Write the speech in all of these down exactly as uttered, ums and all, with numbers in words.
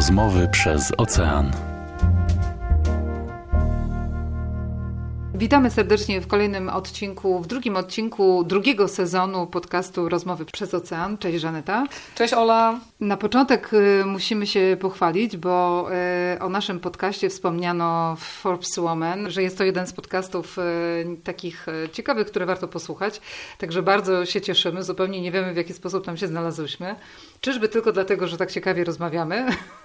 Rozmowy przez ocean. Witamy serdecznie w kolejnym odcinku, w drugim odcinku drugiego sezonu podcastu Rozmowy przez ocean. Cześć Żaneta. Cześć Ola. Na początek y, musimy się pochwalić, bo y, o naszym podcaście wspomniano w Forbes Woman, że jest to jeden z podcastów y, takich y, ciekawych, które warto posłuchać. Także bardzo się cieszymy. Zupełnie nie wiemy, w jaki sposób tam się znalazłyśmy. Czyżby tylko dlatego, że tak ciekawie rozmawiamy?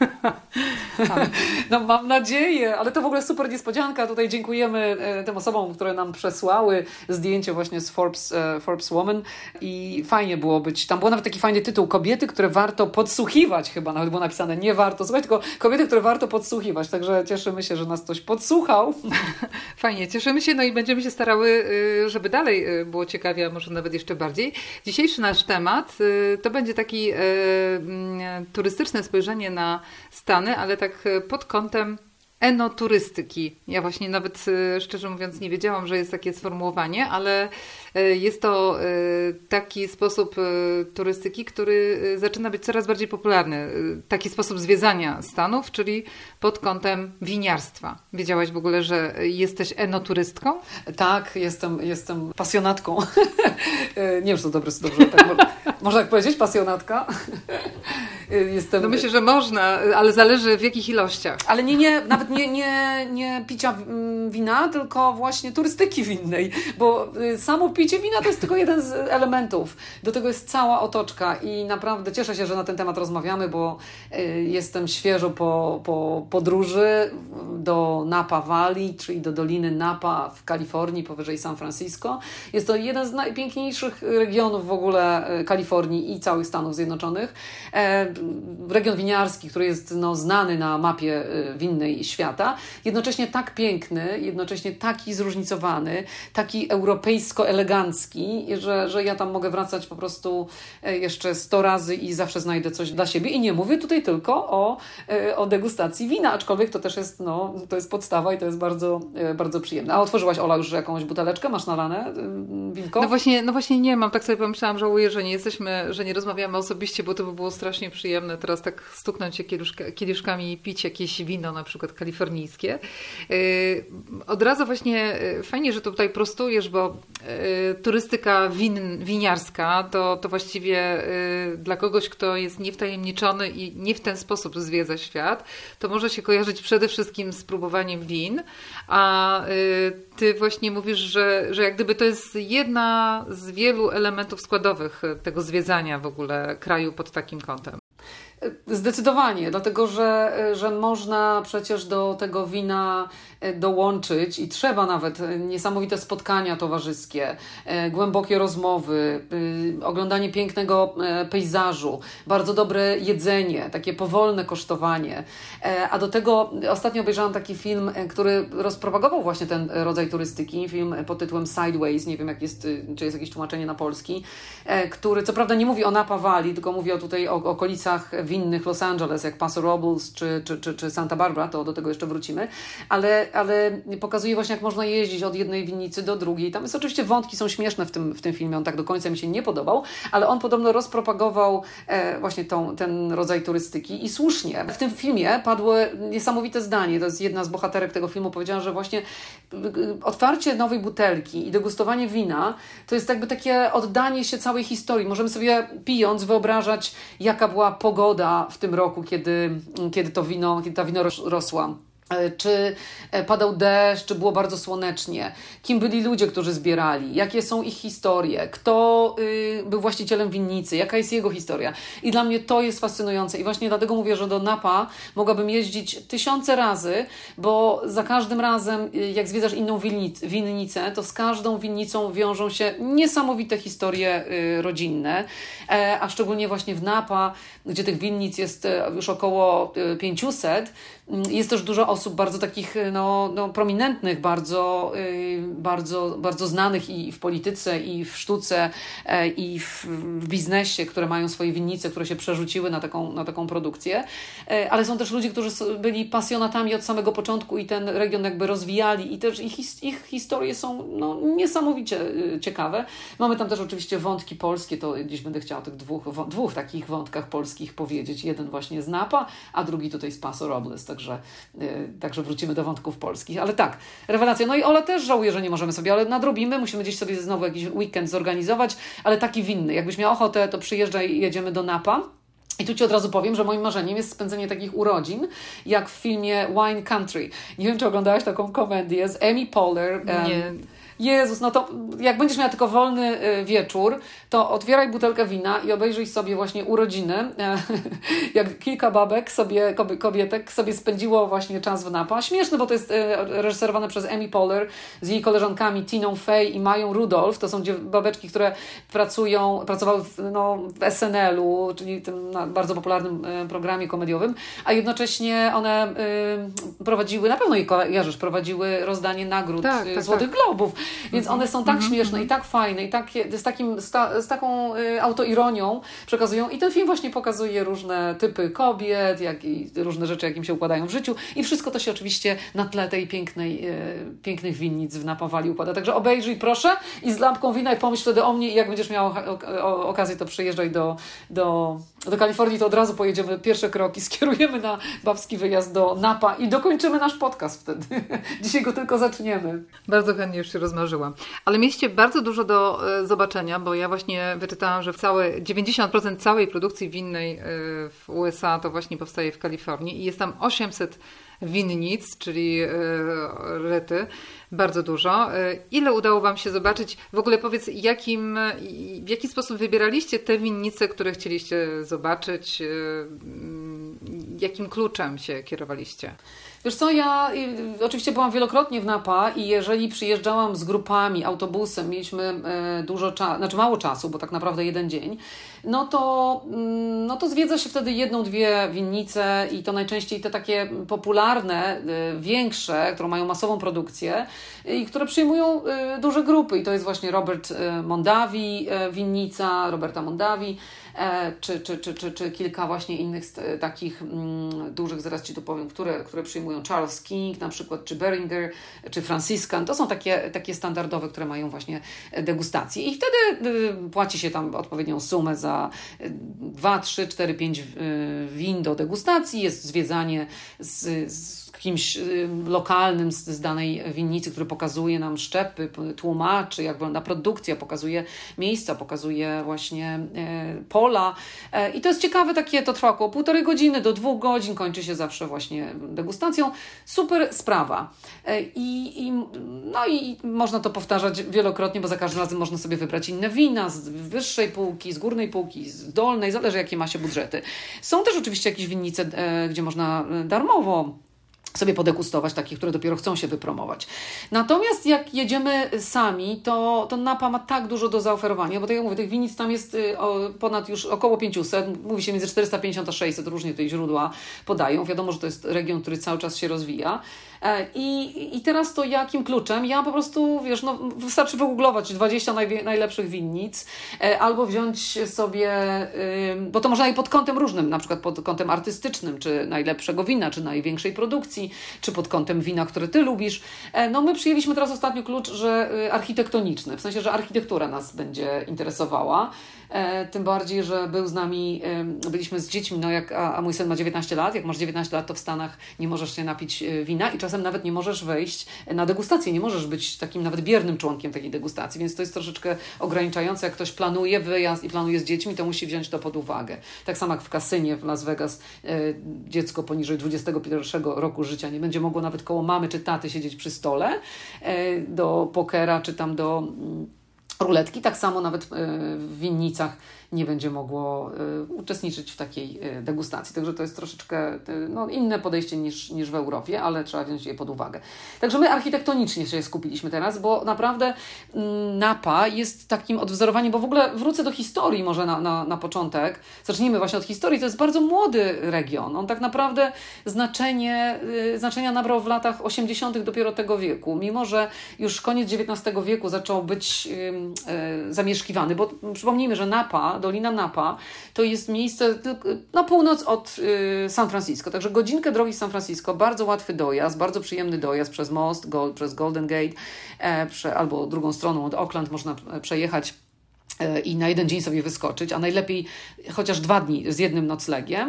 No mam nadzieję, ale to w ogóle super niespodzianka. Tutaj dziękujemy tym osobom, które nam przesłały zdjęcie właśnie z Forbes, Forbes Woman i fajnie było być. Tam był nawet taki fajny tytuł: kobiety, które warto podsłuchiwać, chyba nawet było napisane, nie warto słuchać, tylko kobiety, które warto podsłuchiwać. Także cieszymy się, że nas ktoś podsłuchał. Fajnie, cieszymy się, no i będziemy się starały, żeby dalej było ciekawie, a może nawet jeszcze bardziej. Dzisiejszy nasz temat to będzie taki turystyczne spojrzenie na Stany, ale tak pod kątem enoturystyki. Ja właśnie nawet, szczerze mówiąc, nie wiedziałam, że jest takie sformułowanie, ale jest to taki sposób turystyki, który zaczyna być coraz bardziej popularny. Taki sposób zwiedzania Stanów, czyli pod kątem winiarstwa. Wiedziałaś w ogóle, że jesteś enoturystką? Tak, jestem, jestem pasjonatką. Nie wiem, czy to dobre, dobrze, tak, można tak powiedzieć, pasjonatka? Jestem... No myślę, że można, ale zależy w jakich ilościach. Ale nie, nie, nawet nie, nie, nie picia wina, tylko właśnie turystyki winnej, bo samo picie wina to jest tylko jeden z elementów. Do tego jest cała otoczka i naprawdę cieszę się, że na ten temat rozmawiamy, bo jestem świeżo po, po podróży do Napa Valley, czyli do Doliny Napa w Kalifornii, powyżej San Francisco. Jest to jeden z najpiękniejszych regionów w ogóle Kalifornii i całych Stanów Zjednoczonych. Region winiarski, który jest no, znany na mapie winnej świata, jednocześnie tak piękny, jednocześnie taki zróżnicowany, taki europejsko-elegancki, że, że ja tam mogę wracać po prostu jeszcze sto razy i zawsze znajdę coś dla siebie. I nie mówię tutaj tylko o, o degustacji wina, aczkolwiek to też jest, no, to jest podstawa i to jest bardzo, bardzo przyjemne. A otworzyłaś, Ola, już jakąś buteleczkę? Masz nalane winko? No właśnie, no właśnie nie mam. Tak sobie pomyślałam, żałuję, że nie jesteśmy, że nie rozmawiamy osobiście, bo to by było strasznie przyjemne teraz tak stuknąć się kieliszka, kieliszkami i pić jakieś wino, na przykład kalifornijskie. Yy, od razu właśnie yy, fajnie, że tutaj prostujesz, bo yy, turystyka win, winiarska to, to właściwie yy, dla kogoś, kto jest niewtajemniczony i nie w ten sposób zwiedza świat, to może się kojarzyć przede wszystkim z próbowaniem win, a yy, ty właśnie mówisz, że, że jak gdyby to jest jedna z wielu elementów składowych tego zwiedzania w ogóle kraju pod takim kątem. Zdecydowanie, dlatego że, że można przecież do tego wina dołączyć i trzeba nawet niesamowite spotkania towarzyskie, głębokie rozmowy, oglądanie pięknego pejzażu, bardzo dobre jedzenie, takie powolne kosztowanie. A do tego ostatnio obejrzałam taki film, który rozpropagował właśnie ten rodzaj turystyki, film pod tytułem Sideways, nie wiem jak jest, czy jest jakieś tłumaczenie na polski, który co prawda nie mówi o Napa Valley, tylko mówi o tutaj o okolicach winnych Los Angeles, jak Paso Robles czy, czy, czy, czy Santa Barbara, to do tego jeszcze wrócimy, ale, ale pokazuje właśnie, jak można jeździć od jednej winnicy do drugiej. Tam jest oczywiście, wątki są śmieszne w tym, w tym filmie, on tak do końca mi się nie podobał, ale on podobno rozpropagował e, właśnie tą, ten rodzaj turystyki i słusznie. W tym filmie padło niesamowite zdanie, to jest jedna z bohaterek tego filmu, powiedziała, że właśnie otwarcie nowej butelki i degustowanie wina to jest jakby takie oddanie się całej historii. Możemy sobie pijąc wyobrażać, jaka była pogoda w tym roku, kiedy, kiedy to wino, kiedy ta wino rosła. Czy padał deszcz, czy było bardzo słonecznie, kim byli ludzie, którzy zbierali, jakie są ich historie, kto y, był właścicielem winnicy, jaka jest jego historia. I dla mnie to jest fascynujące i właśnie dlatego mówię, że do Napa mogłabym jeździć tysiące razy, bo za każdym razem, jak zwiedzasz inną winnic- winnicę, to z każdą winnicą wiążą się niesamowite historie y, rodzinne, e, a szczególnie właśnie w Napa, gdzie tych winnic jest już około pięćset, jest też dużo osób bardzo takich no, no, prominentnych, bardzo, bardzo, bardzo znanych i w polityce, i w sztuce, i w, w biznesie, które mają swoje winnice, które się przerzuciły na taką, na taką produkcję. Ale są też ludzie, którzy byli pasjonatami od samego początku i ten region jakby rozwijali i też ich, ich historie są no, niesamowicie ciekawe. Mamy tam też oczywiście wątki polskie, to gdzieś będę chciała o tych dwóch, dwóch takich wątkach polskich powiedzieć. Jeden właśnie z Napa, a drugi tutaj z Paso Robles, także, yy, także wrócimy do wątków polskich. Ale tak, rewelacja. No i Ola też żałuje, że nie możemy sobie, ale nadrobimy, musimy gdzieś sobie znowu jakiś weekend zorganizować, ale taki winny. Jakbyś miał ochotę, to przyjeżdżaj i jedziemy do Napa. I tu Ci od razu powiem, że moim marzeniem jest spędzenie takich urodzin, jak w filmie Wine Country. Nie wiem, czy oglądałaś taką komedię z Amy Poehler. Nie. Jezus, no to jak będziesz miała tylko wolny wieczór, to otwieraj butelkę wina i obejrzyj sobie właśnie urodziny, jak kilka babek sobie, kobietek sobie spędziło właśnie czas w Napa. Śmieszne, bo to jest reżyserowane przez Amy Poehler z jej koleżankami Tiną Fey i Mają Rudolph. To są babeczki, które pracują, pracowały w, no, w S N L-u, czyli tym bardzo popularnym programie komediowym, a jednocześnie one y, prowadziły, na pewno jej kojarzysz, prowadziły rozdanie nagród tak, tak, Złotych tak. Globów. Więc one są tak mm-hmm, śmieszne mm-hmm. i tak fajne i tak, z, takim, z, ta, z taką y, autoironią przekazują. I ten film właśnie pokazuje różne typy kobiet, jak i różne rzeczy, jak im się układają w życiu. I wszystko to się oczywiście na tle tej pięknej, y, pięknych winnic w Napa Valley układa. Także obejrzyj proszę i z lampką wina i pomyśl wtedy o mnie i jak będziesz miał okazję, to przyjeżdżaj do, do, do Kalifornii, to od razu pojedziemy pierwsze kroki, skierujemy na babski wyjazd do Napa i dokończymy nasz podcast wtedy. Dzisiaj go tylko zaczniemy. Bardzo chętnie już się rozmarzyłam. Ale mieliście bardzo dużo do y, zobaczenia, bo ja właśnie wyczytałam, że całe, dziewięćdziesiąt procent całej produkcji winnej y, w U S A to właśnie powstaje w Kalifornii i jest tam osiemset winnic, czyli y, rety, bardzo dużo. Y, ile udało Wam się zobaczyć? W ogóle powiedz, jakim, y, w jaki sposób wybieraliście te winnice, które chcieliście zobaczyć? Y, jakim kluczem się kierowaliście? Wiesz co, ja y, oczywiście byłam wielokrotnie w Napa i jeżeli przyjeżdżałam z grupami, autobusem, mieliśmy y, dużo czasu, znaczy mało czasu, bo tak naprawdę jeden dzień, no to, y, no to zwiedza się wtedy jedną, dwie winnice i to najczęściej te takie popularne, y, większe, które mają masową produkcję i y, które przyjmują y, duże grupy i to jest właśnie Robert y, Mondavi, y, winnica Roberta Mondavi, Czy, czy, czy, czy, czy kilka właśnie innych takich mm, dużych, zaraz Ci tu powiem, które, które przyjmują Charles King na przykład, czy Beringer, czy Franciscan. To są takie, takie standardowe, które mają właśnie degustację. I wtedy y, płaci się tam odpowiednią sumę za dwa, trzy, cztery, pięć win do degustacji. Jest zwiedzanie z, z kimś lokalnym z, z danej winnicy, który pokazuje nam szczepy, tłumaczy, jak wygląda produkcja, pokazuje miejsca, pokazuje właśnie e, pola. E, I to jest ciekawe takie, to trwa około półtorej godziny do dwóch godzin, kończy się zawsze właśnie degustacją. Super sprawa. E, i, i, no i można to powtarzać wielokrotnie, bo za każdym razem można sobie wybrać inne wina z wyższej półki, z górnej półki, z dolnej, zależy jakie ma się budżety. Są też oczywiście jakieś winnice, e, gdzie można darmowo sobie podegustować, takie, które dopiero chcą się wypromować. Natomiast jak jedziemy sami, to, to Napa ma tak dużo do zaoferowania, bo tak jak mówię, tych winnic tam jest ponad już około pięćset, mówi się między czterysta pięćdziesiąt a sześćset, różnie tutaj źródła podają. Wiadomo, że to jest region, który cały czas się rozwija. I, I teraz to jakim kluczem? Ja po prostu, wiesz, no wystarczy wygooglować dwadzieścia naj, najlepszych winnic albo wziąć sobie, bo to można i pod kątem różnym, na przykład pod kątem artystycznym, czy najlepszego wina, czy największej produkcji, czy pod kątem wina, które Ty lubisz. No my przyjęliśmy teraz ostatnio klucz, że architektoniczny, w sensie, że architektura nas będzie interesowała. Tym bardziej, że był z nami, byliśmy z dziećmi, no jak, a, a mój syn ma dziewiętnaście lat, jak masz dziewiętnaście lat, to w Stanach nie możesz się napić wina i czasem nawet nie możesz wejść na degustację, nie możesz być takim nawet biernym członkiem takiej degustacji, więc to jest troszeczkę ograniczające. Jak ktoś planuje wyjazd i planuje z dziećmi, to musi wziąć to pod uwagę. Tak samo jak w kasynie w Las Vegas dziecko poniżej dwudziestego pierwszego roku życia nie będzie mogło nawet koło mamy czy taty siedzieć przy stole do pokera, czy tam do ruletki. Tak samo nawet w winnicach nie będzie mogło uczestniczyć w takiej degustacji. Także to jest troszeczkę no, inne podejście niż, niż w Europie, ale trzeba wziąć je pod uwagę. Także my architektonicznie się skupiliśmy teraz, bo naprawdę Napa jest takim odwzorowaniem, bo w ogóle wrócę do historii może na, na, na początek. Zacznijmy właśnie od historii. To jest bardzo młody region. On tak naprawdę znaczenie, znaczenia nabrał w latach osiemdziesiątych dopiero tego wieku. Mimo że już koniec dziewiętnastego wieku zaczął być e, zamieszkiwany, bo przypomnijmy, że Napa, Dolina Napa, to jest miejsce tylko na północ od y, San Francisco. Także godzinkę drogi z San Francisco, bardzo łatwy dojazd, bardzo przyjemny dojazd przez most, Gold, przez Golden Gate, e, prze, albo drugą stroną od Oakland można przejechać i na jeden dzień sobie wyskoczyć, a najlepiej chociaż dwa dni z jednym noclegiem.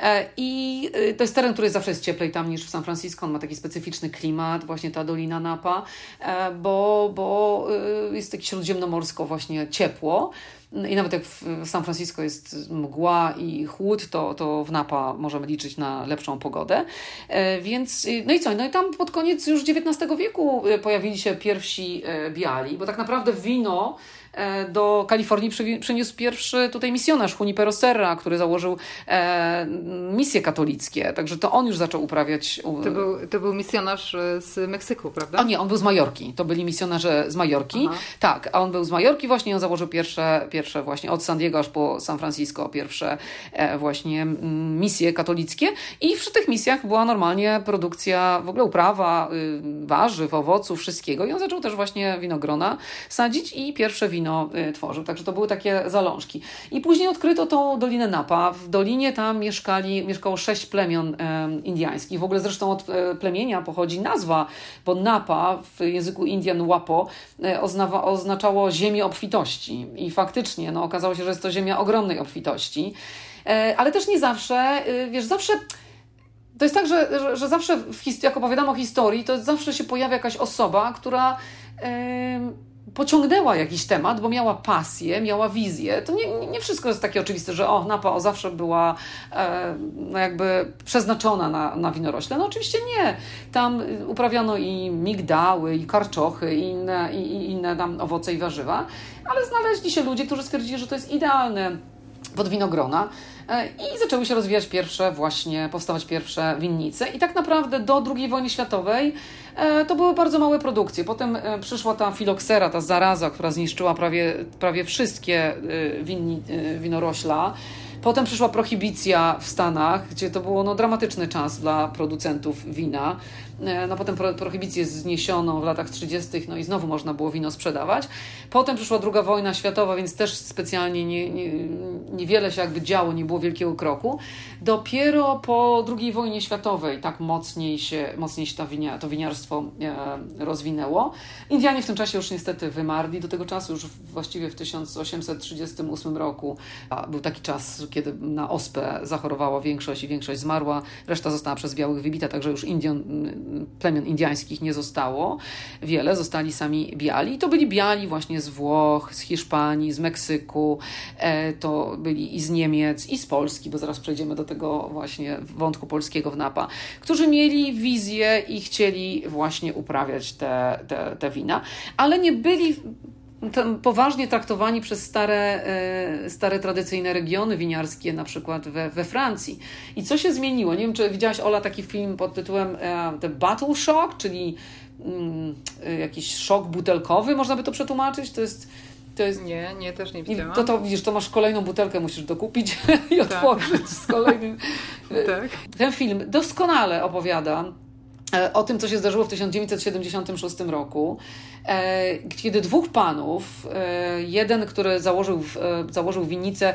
I to jest teren, który zawsze jest cieplej tam niż w San Francisco. On ma taki specyficzny klimat, właśnie ta Dolina Napa, bo, bo jest taki śródziemnomorsko właśnie ciepło. I nawet jak w San Francisco jest mgła i chłód, to, to w Napa możemy liczyć na lepszą pogodę. Więc, no i co? No i tam pod koniec już dziewiętnastego wieku pojawili się pierwsi biali, bo tak naprawdę wino do Kalifornii przyniósł pierwszy tutaj misjonarz Junipero Serra, który założył e, misje katolickie. Także to on już zaczął uprawiać. To był, to był misjonarz z Meksyku, prawda? O nie, on był z Majorki. To byli misjonarze z Majorki. Aha. Tak, a on był z Majorki właśnie. On założył pierwsze, pierwsze właśnie od San Diego aż po San Francisco pierwsze e, właśnie m, misje katolickie. I przy tych misjach była normalnie produkcja, w ogóle uprawa y, warzyw, owoców, wszystkiego. I on zaczął też właśnie winogrona sadzić i pierwsze wino tworzył. Także to były takie zalążki. I później odkryto tą Dolinę Napa. W dolinie tam mieszkali, mieszkało sześć plemion e, indiańskich. W ogóle zresztą od e, plemienia pochodzi nazwa, bo Napa w języku Indian Wapo e, oznawa, oznaczało ziemię obfitości. I faktycznie no, okazało się, że jest to ziemia ogromnej obfitości. E, ale też nie zawsze, e, wiesz, zawsze to jest tak, że, że, że zawsze w his- jak opowiadam o historii, to zawsze się pojawia jakaś osoba, która e, pociągnęła jakiś temat, bo miała pasję, miała wizję. To nie, nie wszystko jest takie oczywiste, że o, Napa o zawsze była e, no jakby przeznaczona na, na winorośle. No oczywiście nie. Tam uprawiano i migdały, i karczochy, i inne, i, i inne tam owoce i warzywa, ale znaleźli się ludzie, którzy stwierdzili, że to jest idealne pod winogrona. I zaczęły się rozwijać pierwsze właśnie, powstawać pierwsze winnice. I tak naprawdę do drugiej wojny światowej to były bardzo małe produkcje. Potem przyszła ta filoksera, ta zaraza, która zniszczyła prawie, prawie wszystkie winni, winorośla. Potem przyszła prohibicja w Stanach, gdzie to było no, dramatyczny czas dla producentów wina. No potem pro, prohibicję zniesiono w latach trzydziestych, no i znowu można było wino sprzedawać. Potem przyszła druga wojna światowa, więc też specjalnie nie, nie, niewiele się jakby działo, nie było wielkiego kroku. Dopiero po drugiej wojnie światowej tak mocniej się, mocniej się ta winia, to winiarstwo e, rozwinęło. Indianie w tym czasie już niestety wymarli. Do tego czasu już właściwie w tysiąc osiemset trzydziestym ósmym roku był taki czas, kiedy na ospę zachorowała większość i większość zmarła. Reszta została przez białych wybita, także już Indian, plemion indiańskich nie zostało wiele, zostali sami biali. I to byli biali właśnie z Włoch, z Hiszpanii, z Meksyku, e, to byli i z Niemiec, i z Polski, bo zaraz przejdziemy do tego właśnie wątku polskiego w Napa, którzy mieli wizję i chcieli właśnie uprawiać te, te, te wina, ale nie byli poważnie traktowani przez stare, stare tradycyjne regiony winiarskie, na przykład we, we Francji. I co się zmieniło? Nie wiem, czy widziałaś, Ola, taki film pod tytułem The Bottle Shock, czyli mm, jakiś szok butelkowy, można by to przetłumaczyć? To jest... To jest, nie, nie, też nie widziałam. To, to widzisz, to masz kolejną butelkę, musisz dokupić i otworzyć tak. z kolejnym. tak. Ten film doskonale opowiada o tym, co się zdarzyło w tysiąc dziewięćset siedemdziesiątym szóstym roku, kiedy dwóch panów, jeden, który założył, założył winnicę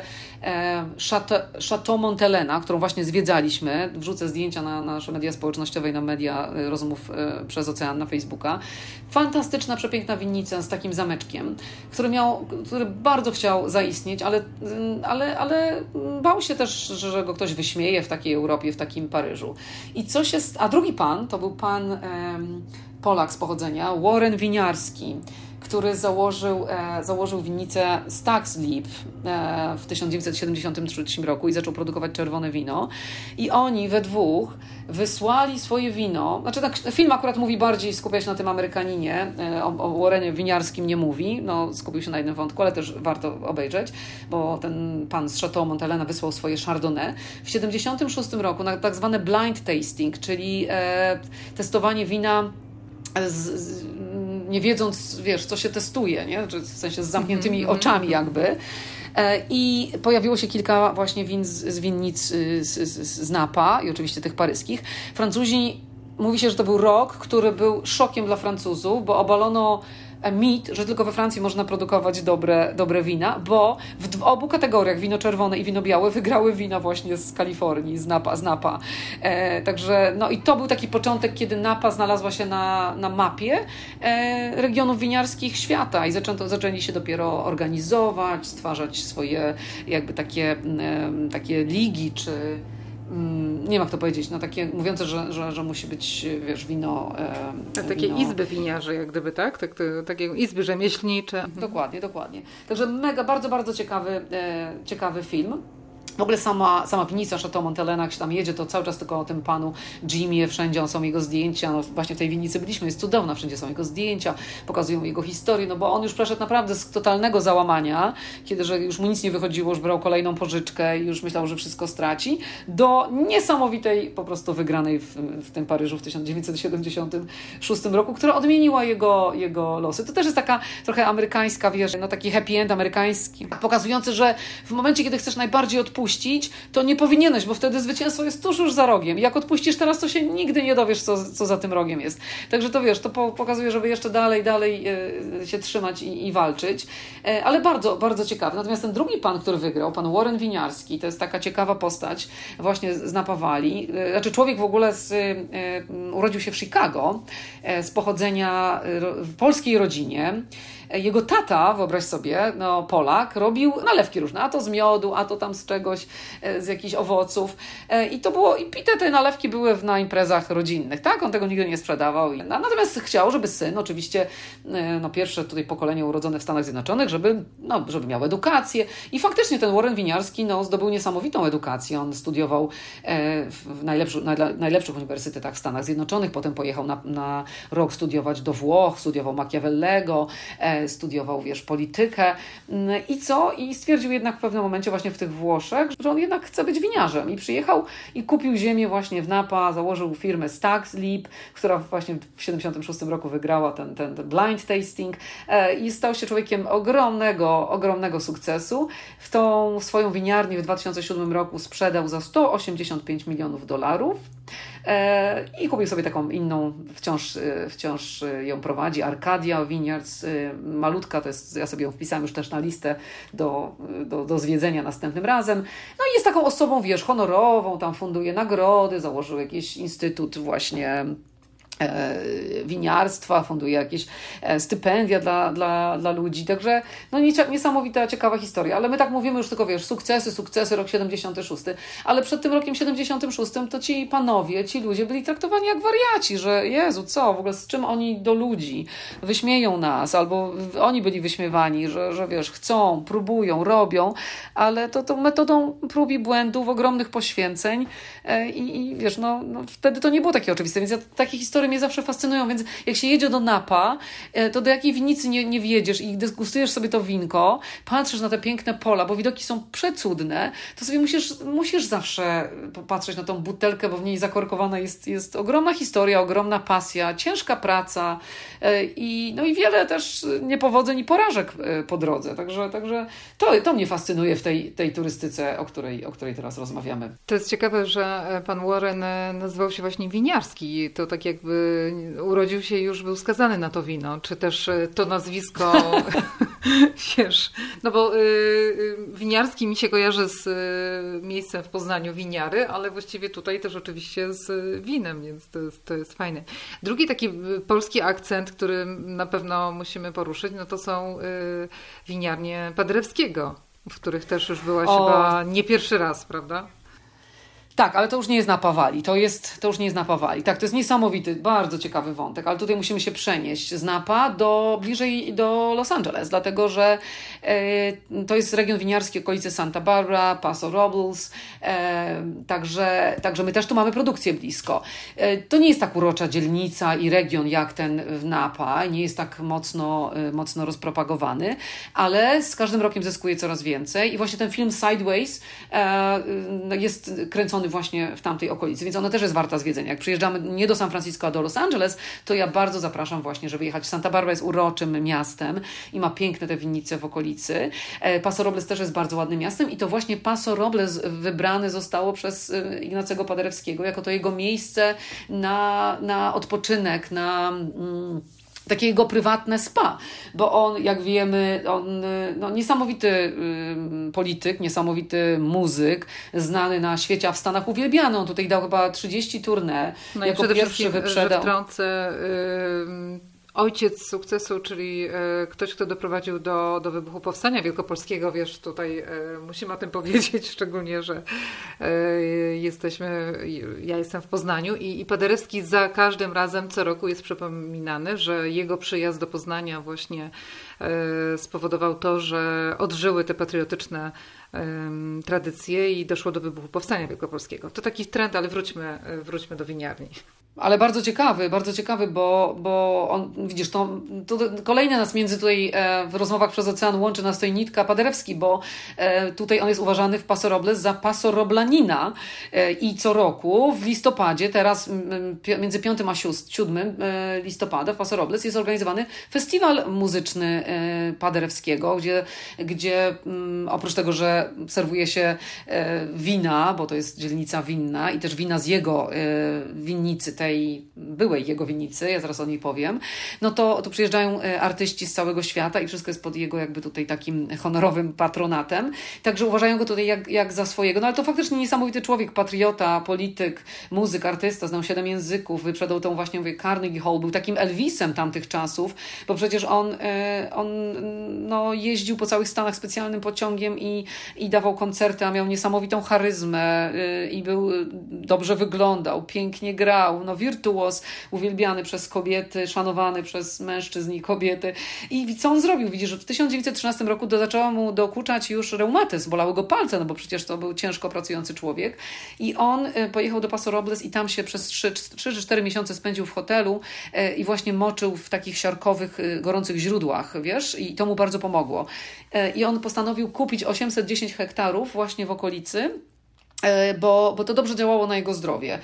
Chateau Montelena, którą właśnie zwiedzaliśmy, wrzucę zdjęcia na nasze media społecznościowe i na media rozmów przez ocean na Facebooka. Fantastyczna, przepiękna winnica z takim zameczkiem, który miał, który bardzo chciał zaistnieć, ale, ale, ale bał się też, że go ktoś wyśmieje w takiej Europie, w takim Paryżu. I co się, a drugi pan, to był pan um, Polak z pochodzenia, Warren Winiarski, który założył, e, założył winnicę Stags Leap e, w tysiąc dziewięćset siedemdziesiątym trzecim roku i zaczął produkować czerwone wino. I oni we dwóch wysłali swoje wino, znaczy tak, film akurat mówi bardziej, skupia się na tym Amerykaninie, e, o, o Warrenie winiarskim nie mówi, no skupił się na jednym wątku, ale też warto obejrzeć, bo ten pan z Chateau Montelena wysłał swoje Chardonnay. W siedemdziesiątym szóstym roku na tak zwane blind tasting, czyli e, testowanie wina z, z, nie wiedząc, wiesz, co się testuje, nie? W sensie z zamkniętymi mm-hmm. oczami jakby. I pojawiło się kilka właśnie win z, z winnic z, z, z Napa i oczywiście tych paryskich. Francuzi, mówi się, że to był rok, który był szokiem dla Francuzów, bo obalono mit, że tylko we Francji można produkować dobre, dobre wina, bo w, w obu kategoriach, wino czerwone i wino białe, wygrały wina właśnie z Kalifornii, z Napa. Z Napa. E, także, no i to był taki początek, kiedy Napa znalazła się na, na mapie e, regionów winiarskich świata i zaczęto, zaczęli się dopiero organizować, stwarzać swoje jakby takie, e, takie ligi, czy nie wiem jak to powiedzieć, no takie mówiące, że, że, że musi być, wiesz, wino... E, takie wino... izby winiarzy, jak gdyby, tak? tak to, takie izby rzemieślnicze. Dokładnie, dokładnie. Także mega, bardzo, bardzo ciekawy, e, ciekawy film. W ogóle sama, sama winnica Chateau Montelena, jak się tam jedzie, to cały czas tylko o tym panu Jimie, wszędzie są jego zdjęcia, no właśnie w tej winnicy byliśmy, jest cudowna, wszędzie są jego zdjęcia, pokazują jego historię, no bo on już przeszedł naprawdę z totalnego załamania, kiedy że już mu nic nie wychodziło, już brał kolejną pożyczkę i już myślał, że wszystko straci, do niesamowitej po prostu wygranej w, w tym Paryżu w tysiąc dziewięćset siedemdziesiątym szóstym roku, która odmieniła jego, jego losy. To też jest taka trochę amerykańska, wiesz, no taki happy end amerykański, pokazujący, że w momencie, kiedy chcesz najbardziej odpuścić, to nie powinieneś, bo wtedy zwycięstwo jest tuż już za rogiem. Jak odpuścisz teraz, to się nigdy nie dowiesz, co, co za tym rogiem jest. Także to wiesz, to po, pokazuje, żeby jeszcze dalej, dalej e, się trzymać i, i walczyć. E, ale bardzo, bardzo ciekawe. Natomiast ten drugi pan, który wygrał, pan Warren Winiarski, to jest taka ciekawa postać właśnie z Napa Valley. E, znaczy człowiek w ogóle z, e, urodził się w Chicago, e, z pochodzenia ro, w polskiej rodzinie. Jego tata, wyobraź sobie, no Polak, robił nalewki różne, a to z miodu, a to tam z czegoś, z jakichś owoców. I to było, i te, te nalewki były na imprezach rodzinnych, tak? On tego nigdy nie sprzedawał. Natomiast chciał, żeby syn, oczywiście, no pierwsze tutaj pokolenie urodzone w Stanach Zjednoczonych, żeby, no, żeby miał edukację. I faktycznie ten Warren Winiarski, no, zdobył niesamowitą edukację. On studiował w najlepszy, najlepszych uniwersytetach w Stanach Zjednoczonych, potem pojechał na, na rok studiować do Włoch, studiował Machiavellego, studiował, wiesz, politykę i co? I stwierdził jednak w pewnym momencie właśnie w tych Włoszech, że on jednak chce być winiarzem i przyjechał i kupił ziemię właśnie w Napa, założył firmę Stags Leap, która właśnie w siedemdziesiątym szóstym roku wygrała ten, ten, ten blind tasting i stał się człowiekiem ogromnego, ogromnego sukcesu. W tą swoją winiarnię w dwa tysiące siódmym roku sprzedał za sto osiemdziesiąt pięć milionów dolarów. I kupił sobie taką inną, wciąż, wciąż ją prowadzi, Arcadia Vineyards, malutka, to jest, ja sobie ją wpisałam już też na listę do, do, do zwiedzenia następnym razem. No i jest taką osobą, wiesz, honorową, tam funduje nagrody, założył jakiś instytut właśnie winiarstwa, funduje jakieś stypendia dla, dla, dla ludzi, także no niesamowita, ciekawa historia, ale my tak mówimy już tylko, wiesz, sukcesy, sukcesy, rok siedemdziesiąty szósty, ale przed tym rokiem siedemdziesiątym szóstym to ci panowie, ci ludzie byli traktowani jak wariaci, że Jezu, co, w ogóle z czym oni do ludzi wyśmieją nas, albo oni byli wyśmiewani, że, że wiesz, chcą, próbują, robią, ale to, to metodą prób i błędów, ogromnych poświęceń i, i wiesz, no, no wtedy to nie było takie oczywiste, więc ja takie historie mnie zawsze fascynują, więc jak się jedzie do Napa, to do jakiej winnicy nie, nie wjedziesz i degustujesz sobie to winko, patrzysz na te piękne pola, bo widoki są przecudne, to sobie musisz, musisz zawsze popatrzeć na tą butelkę, bo w niej zakorkowana jest, jest ogromna historia, ogromna pasja, ciężka praca i, no i wiele też niepowodzeń i porażek po drodze. Także, także to, to mnie fascynuje w tej, tej turystyce, o której, o której teraz rozmawiamy. To jest ciekawe, że pan Warren nazywał się właśnie Winiarski. To tak jakby urodził się i już był skazany na to wino, czy też to nazwisko, wiesz, no bo y, Winiarski mi się kojarzy z y, miejscem w Poznaniu, Winiary, ale właściwie tutaj też oczywiście z winem, więc to jest, to jest fajne. Drugi taki polski akcent, który na pewno musimy poruszyć, no to są y, winiarnie Paderewskiego, w których też już byłaś o. chyba nie pierwszy raz, prawda? Tak, ale to już nie jest Napa Valley, to, jest, to już nie jest Napa Valley. Tak, to jest niesamowity, bardzo ciekawy wątek, ale tutaj musimy się przenieść z Napa do, bliżej do Los Angeles, dlatego że e, to jest region winiarski, okolice Santa Barbara, Paso Robles, e, także, także my też tu mamy produkcję blisko. E, to nie jest tak urocza dzielnica i region jak ten w Napa, nie jest tak mocno, e, mocno rozpropagowany, ale z każdym rokiem zyskuje coraz więcej i właśnie ten film Sideways e, jest kręcony właśnie w tamtej okolicy, więc ona też jest warta zwiedzenia. Jak przyjeżdżamy nie do San Francisco, a do Los Angeles, to ja bardzo zapraszam właśnie, żeby jechać. Santa Barbara jest uroczym miastem i ma piękne te winnice w okolicy. Paso Robles też jest bardzo ładnym miastem i to właśnie Paso Robles wybrane zostało przez Ignacego Paderewskiego jako to jego miejsce na, na odpoczynek, na... Mm, takie jego prywatne spa, bo on, jak wiemy, on no, niesamowity y, polityk, niesamowity muzyk, znany na świecie, a w Stanach uwielbiany. On tutaj dał chyba trzydzieści tournée. No jako i przede pierwszy wyprzedał. Że wtrącę, y, ojciec sukcesu, czyli y, ktoś, kto doprowadził do, do wybuchu Powstania Wielkopolskiego, wiesz, tutaj y, musimy o tym powiedzieć, szczególnie, że y, jesteśmy, ja jestem w Poznaniu i, i Paderewski za każdym razem co roku jest przypominany, że jego przyjazd do Poznania właśnie y, spowodował to, że odżyły te patriotyczne y, tradycje i doszło do wybuchu Powstania Wielkopolskiego. To taki trend, ale wróćmy, wróćmy do winiarni. Ale bardzo ciekawy, bardzo ciekawy, bo, bo on, widzisz, to, to kolejne nas między tutaj e, w rozmowach przez ocean łączy nas tutaj nitka Paderewski, bo e, tutaj on jest uważany w Paso Robles za pasoroblanina e, i co roku w listopadzie, teraz m, między piątym a siódmym e, listopada w Paso Robles jest organizowany festiwal muzyczny e, Paderewskiego, gdzie, gdzie m, oprócz tego, że serwuje się e, wina, bo to jest dzielnica winna i też wina z jego e, winnicy, tej byłej jego winnicy, ja zaraz o niej powiem, no to, to przyjeżdżają artyści z całego świata i wszystko jest pod jego jakby tutaj takim honorowym patronatem. Także uważają go tutaj jak, jak za swojego. No ale to faktycznie niesamowity człowiek, patriota, polityk, muzyk, artysta, znał siedem języków, wyprzedał tą właśnie, mówię, Carnegie Hall, był takim Elvisem tamtych czasów, bo przecież on, on no, jeździł po całych Stanach specjalnym pociągiem i, i dawał koncerty, a miał niesamowitą charyzmę i był, dobrze wyglądał, pięknie grał, no wirtuos, uwielbiany przez kobiety, szanowany przez mężczyzn i kobiety. I co on zrobił? Widzisz, że w tysiąc dziewięćset trzynastym roku do, zaczęła mu dokuczać już reumatyzm, bolały go palce, no bo przecież to był ciężko pracujący człowiek. I on pojechał do Paso Robles i tam się przez trzy czy cztery miesiące spędził w hotelu i właśnie moczył w takich siarkowych, gorących źródłach, wiesz? I to mu bardzo pomogło. I on postanowił kupić osiemset dziesięć hektarów właśnie w okolicy, bo, bo to dobrze działało na jego zdrowie.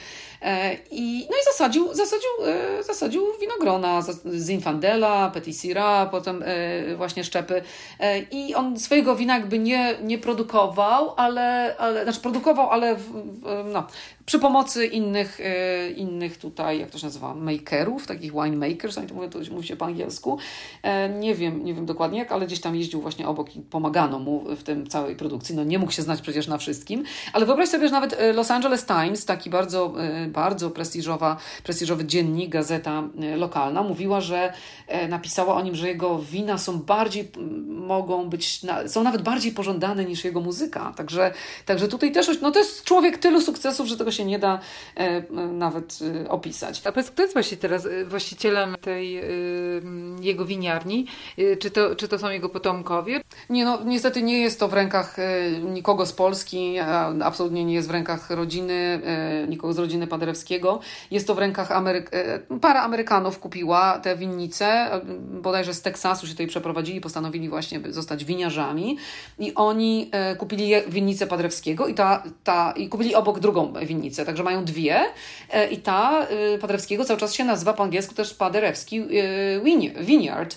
I, no i zasadził, zasadził, zasadził winogrona z Zinfandela, Petit Syrah, potem właśnie szczepy. I on swojego wina jakby nie, nie produkował, ale, ale znaczy produkował, ale w, no, przy pomocy innych, innych tutaj, jak to się nazywa, makerów, takich winemakers, oni to mówią, to mówi się po angielsku. Nie wiem, nie wiem dokładnie jak, ale gdzieś tam jeździł właśnie obok i pomagano mu w tym całej produkcji. No nie mógł się znać przecież na wszystkim, ale wyobraź sobie, że nawet Los Angeles Times, taki bardzo bardzo prestiżowa, prestiżowy dziennik, gazeta lokalna, mówiła, że napisała o nim, że jego wina są bardziej, mogą być, są nawet bardziej pożądane niż jego muzyka. Także, także tutaj też, no to jest człowiek tylu sukcesów, że tego się nie da e, nawet e, opisać. A powiedz, kto jest właśnie teraz właścicielem tej y, jego winiarni? Y, czy, to, czy to są jego potomkowie? Nie, no niestety nie jest to w rękach e, nikogo z Polski, a absolutnie nie jest w rękach rodziny, e, nikogo z rodziny Paderewskiego. Jest to w rękach Ameryk- para Amerykanów kupiła te winnice, bodajże z Teksasu się tutaj przeprowadzili, postanowili właśnie zostać winiarzami i oni kupili winnicę Paderewskiego i, ta, ta, i kupili obok drugą winnicę, także mają dwie i ta Paderewskiego cały czas się nazywa po angielsku też Paderewski Vineyard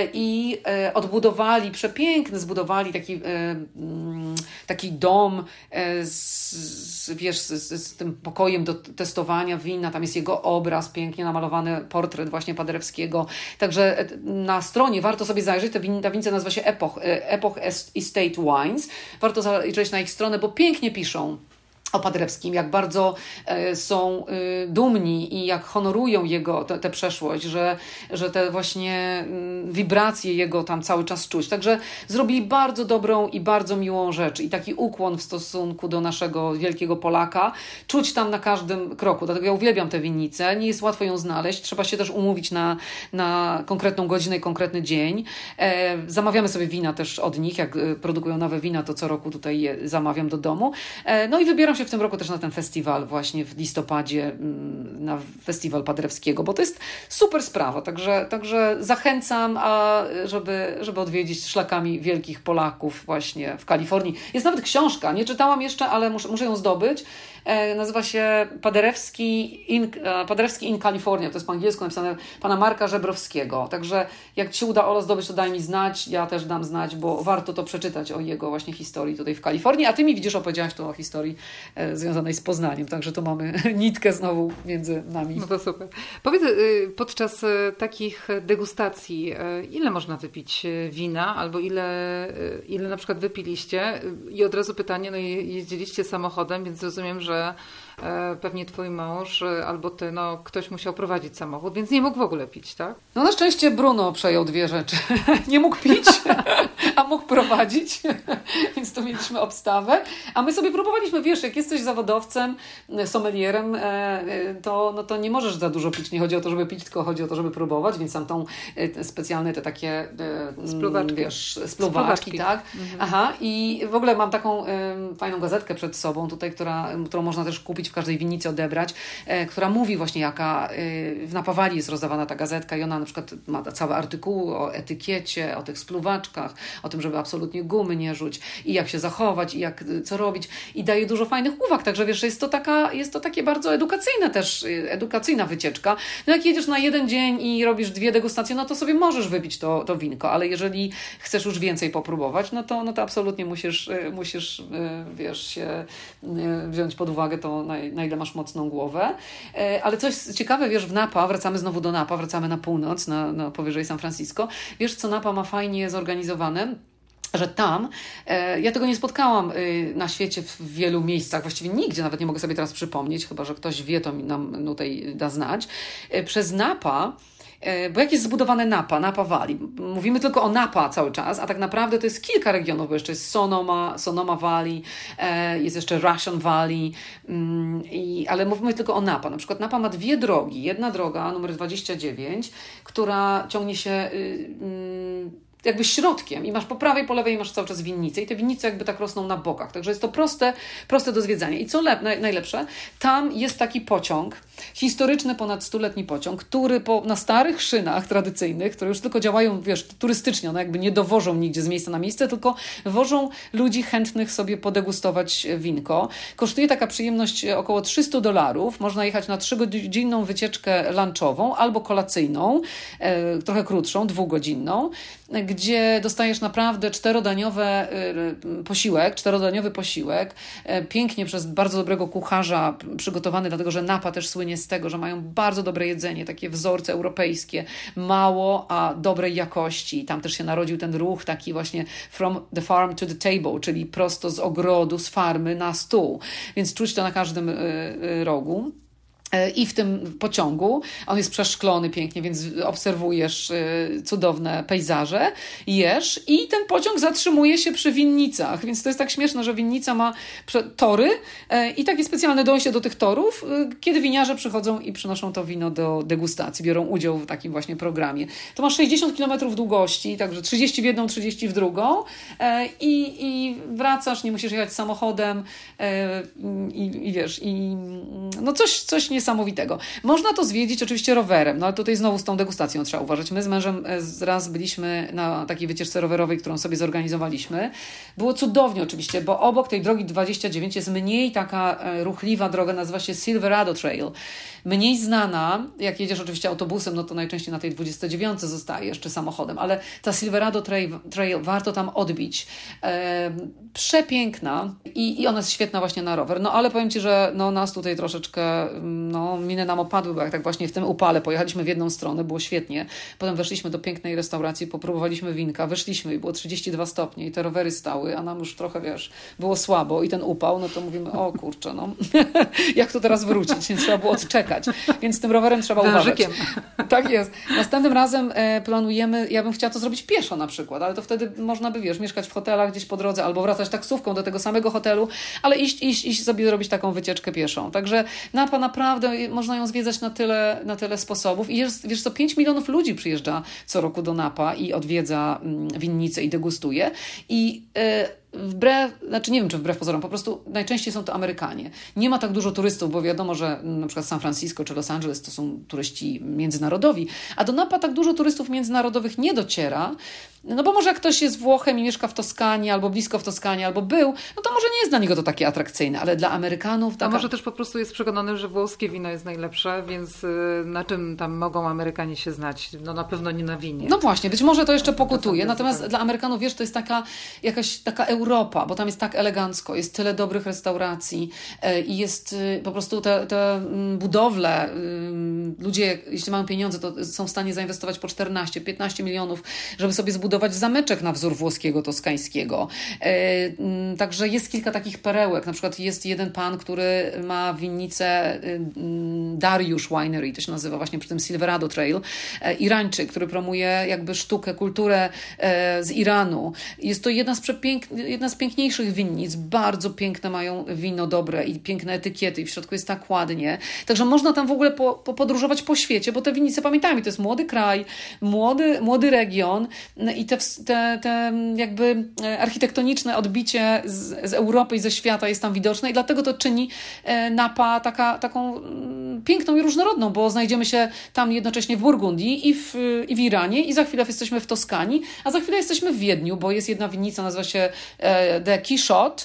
i odbudowali, przepiękny, zbudowali taki, taki dom z, wiesz, z, z tym pokojem do testowania wina, tam jest jego obraz, pięknie namalowany portret właśnie Paderewskiego. Także na stronie warto sobie zajrzeć, ta winnica nazywa się Epoch, Epoch Estate Wines. Warto zajrzeć na ich stronę, bo pięknie piszą o Paderewskim, jak bardzo e, są e, dumni i jak honorują jego tę przeszłość, że, że te właśnie m, wibracje jego tam cały czas czuć. Także zrobili bardzo dobrą i bardzo miłą rzecz i taki ukłon w stosunku do naszego wielkiego Polaka czuć tam na każdym kroku. Dlatego ja uwielbiam tę winnicę. Nie jest łatwo ją znaleźć. Trzeba się też umówić na, na konkretną godzinę i konkretny dzień. E, zamawiamy sobie wina też od nich. Jak produkują nowe wina, to co roku tutaj je zamawiam do domu. E, no i wybieram się w tym roku też na ten festiwal właśnie w listopadzie, na festiwal Paderewskiego, bo to jest super sprawa, także, także zachęcam, a żeby, żeby odwiedzić szlakami wielkich Polaków właśnie w Kalifornii. Jest nawet książka, nie czytałam jeszcze, ale muszę, muszę ją zdobyć. E, nazywa się Paderewski in, Paderewski in California, to jest po angielsku napisane, pana Marka Żebrowskiego. Także jak Ci się uda, Olo, zdobyć, to daj mi znać, ja też dam znać, bo warto to przeczytać o jego właśnie historii tutaj w Kalifornii. A Ty mi, widzisz, opowiedziałaś tu o historii e, związanej z Poznaniem, także tu mamy nitkę znowu między nami. No to super. Powiedz, podczas takich degustacji, ile można wypić wina, albo ile, ile na przykład wypiliście? I od razu pytanie, no jeździliście samochodem, więc rozumiem, że pewnie twój mąż albo ty, no ktoś musiał prowadzić samochód, więc nie mógł w ogóle pić, tak? No na szczęście Bruno przejął dwie rzeczy. Nie mógł pić, a mógł prowadzić, więc tu mieliśmy obstawę. A my sobie próbowaliśmy, wiesz, jak jesteś zawodowcem, sommelierem, to, no to nie możesz za dużo pić. Nie chodzi o to, żeby pić, tylko chodzi o to, żeby próbować, więc tam tą te specjalne te takie spluwaczki, wiesz, spluwaczki, tak? Mhm. Aha, i w ogóle mam taką um, fajną gazetkę przed sobą tutaj, która, którą można też kupić w każdej winnicy, odebrać, e, która mówi właśnie, jaka e, w Napawali jest rozdawana ta gazetka i ona na przykład ma całe artykuły o etykiecie, o tych spluwaczkach, o tym, żeby absolutnie gumy nie rzuć i jak się zachować i jak co robić i daje dużo fajnych uwag, także wiesz, jest to taka, jest to takie bardzo edukacyjne też, edukacyjna wycieczka. No jak jedziesz na jeden dzień i robisz dwie degustacje, no to sobie możesz wypić to, to winko, ale jeżeli chcesz już więcej popróbować, no to, no to absolutnie musisz, musisz wiesz, się wziąć pod uwagę to, na, na ile masz mocną głowę. Ale coś ciekawe, wiesz, w Napa, wracamy znowu do Napa, wracamy na północ, na, na powyżej San Francisco. Wiesz, co Napa ma fajnie zorganizowane? Że tam, e, ja tego nie spotkałam y, na świecie w wielu miejscach, właściwie nigdzie, nawet nie mogę sobie teraz przypomnieć, chyba że ktoś wie, to mi nam tutaj da znać. E, przez Napa, e, bo jak jest zbudowane Napa, Napa Valley, mówimy tylko o Napa cały czas, a tak naprawdę to jest kilka regionów, bo jeszcze jest Sonoma, Sonoma Valley, e, jest jeszcze Russian Valley, mm, i, ale mówimy tylko o Napa. Na przykład Napa ma dwie drogi. Jedna droga, numer dwadzieścia dziewięć, która ciągnie się... Y, y, jakby środkiem i masz po prawej, po lewej masz cały czas winnice i te winnice jakby tak rosną na bokach. Także jest to proste, proste do zwiedzania. I co lep, naj, najlepsze, tam jest taki pociąg, historyczny, ponad stuletni pociąg, który po, na starych szynach tradycyjnych, które już tylko działają, wiesz, turystycznie, one jakby nie dowożą nigdzie z miejsca na miejsce, tylko wożą ludzi chętnych sobie podegustować winko. Kosztuje taka przyjemność około trzysta dolarów. Można jechać na trzygodzinną wycieczkę lunchową albo kolacyjną, e, trochę krótszą, dwugodzinną, gdzie dostajesz naprawdę czterodaniowe posiłek, czterodaniowy posiłek, pięknie przez bardzo dobrego kucharza przygotowany, dlatego że Napa też słynie z tego, że mają bardzo dobre jedzenie, takie wzorce europejskie, mało, a dobrej jakości. Tam też się narodził ten ruch taki właśnie from the farm to the table, czyli prosto z ogrodu, z farmy na stół. Więc czuć to na każdym rogu. I w tym pociągu, on jest przeszklony pięknie, więc obserwujesz cudowne pejzaże, jesz i ten pociąg zatrzymuje się przy winnicach, więc to jest tak śmieszne, że winnica ma tory i takie specjalne dojście do tych torów, kiedy winiarze przychodzą i przynoszą to wino do degustacji, biorą udział w takim właśnie programie. To ma sześćdziesiąt kilometrów długości, także trzydzieści w jedną, trzydzieści w drugą i, i wracasz, nie musisz jechać samochodem i, i wiesz, i no coś, coś nie niesamowitego. Można to zwiedzić oczywiście rowerem, no ale tutaj znowu z tą degustacją trzeba uważać. My z mężem raz byliśmy na takiej wycieczce rowerowej, którą sobie zorganizowaliśmy. Było cudownie oczywiście, bo obok tej drogi dwadzieścia dziewięć jest mniej taka ruchliwa droga, nazywa się Silverado Trail. Mniej znana, jak jedziesz oczywiście autobusem, no to najczęściej na tej dwudziestej dziewiątej zostajesz, czy samochodem, ale ta Silverado Trail, trail warto tam odbić. E, przepiękna i, i ona jest świetna właśnie na rower. No ale powiem Ci, że no, nas tutaj troszeczkę no, miny nam opadły, bo jak tak właśnie w tym upale pojechaliśmy w jedną stronę, było świetnie. Potem weszliśmy do pięknej restauracji, popróbowaliśmy winka, wyszliśmy i było trzydzieści dwa stopnie i te rowery stały, a nam już trochę, wiesz, było słabo i ten upał, no to mówimy, o kurczę, no jak to teraz wrócić? Więc trzeba było odczekać. Więc z tym rowerem trzeba Wężykiem. uważać. Tak jest. Następnym razem e, planujemy, ja bym chciała to zrobić pieszo na przykład, ale to wtedy można by, wiesz, mieszkać w hotelach gdzieś po drodze albo wracać taksówką do tego samego hotelu, ale iść, iść, iść sobie zrobić taką wycieczkę pieszą. Także Napa naprawdę można ją zwiedzać na tyle, na tyle sposobów. I jest, wiesz co, pięć milionów ludzi przyjeżdża co roku do Napa i odwiedza winnicę i degustuje. I e, wbrew, znaczy nie wiem, czy wbrew pozorom, po prostu najczęściej są to Amerykanie. Nie ma tak dużo turystów, bo wiadomo, że na przykład San Francisco czy Los Angeles to są turyści międzynarodowi, a do Napa tak dużo turystów międzynarodowych nie dociera, no bo może jak ktoś jest Włochem i mieszka w Toskanii, albo blisko w Toskanii, albo był, no to może nie jest dla niego to takie atrakcyjne, ale dla Amerykanów... Taka... A może też po prostu jest przekonany, że włoskie wino jest najlepsze, więc na czym tam mogą Amerykanie się znać? No na pewno nie na winie. No właśnie, być może to jeszcze pokutuje, natomiast dla Amerykanów, wiesz, to jest taka jakaś taka Europa, bo tam jest tak elegancko, jest tyle dobrych restauracji i jest po prostu te, te budowle, ludzie, jeśli mają pieniądze, to są w stanie zainwestować po czternaście piętnaście milionów, żeby sobie zbudować zameczek na wzór włoskiego, toskańskiego. Także jest kilka takich perełek, na przykład jest jeden pan, który ma winnicę Dariusz Winery, to się nazywa właśnie przy tym Silverado Trail, Irańczyk, który promuje jakby sztukę, kulturę z Iranu. Jest to jedna z przepięknych, jedna z piękniejszych winnic, bardzo piękne mają wino dobre i piękne etykiety i w środku jest tak ładnie. Także można tam w ogóle po, po podróżować po świecie, bo te winnice, pamiętajmy, to jest młody kraj, młody, młody region i te, te, te jakby architektoniczne odbicie z, z Europy i ze świata jest tam widoczne i dlatego to czyni Napa taka, taką piękną i różnorodną, bo znajdziemy się tam jednocześnie w Burgundii i w, i w Iranie i za chwilę jesteśmy w Toskanii, a za chwilę jesteśmy w Wiedniu, bo jest jedna winnica, nazywa się The Quixote,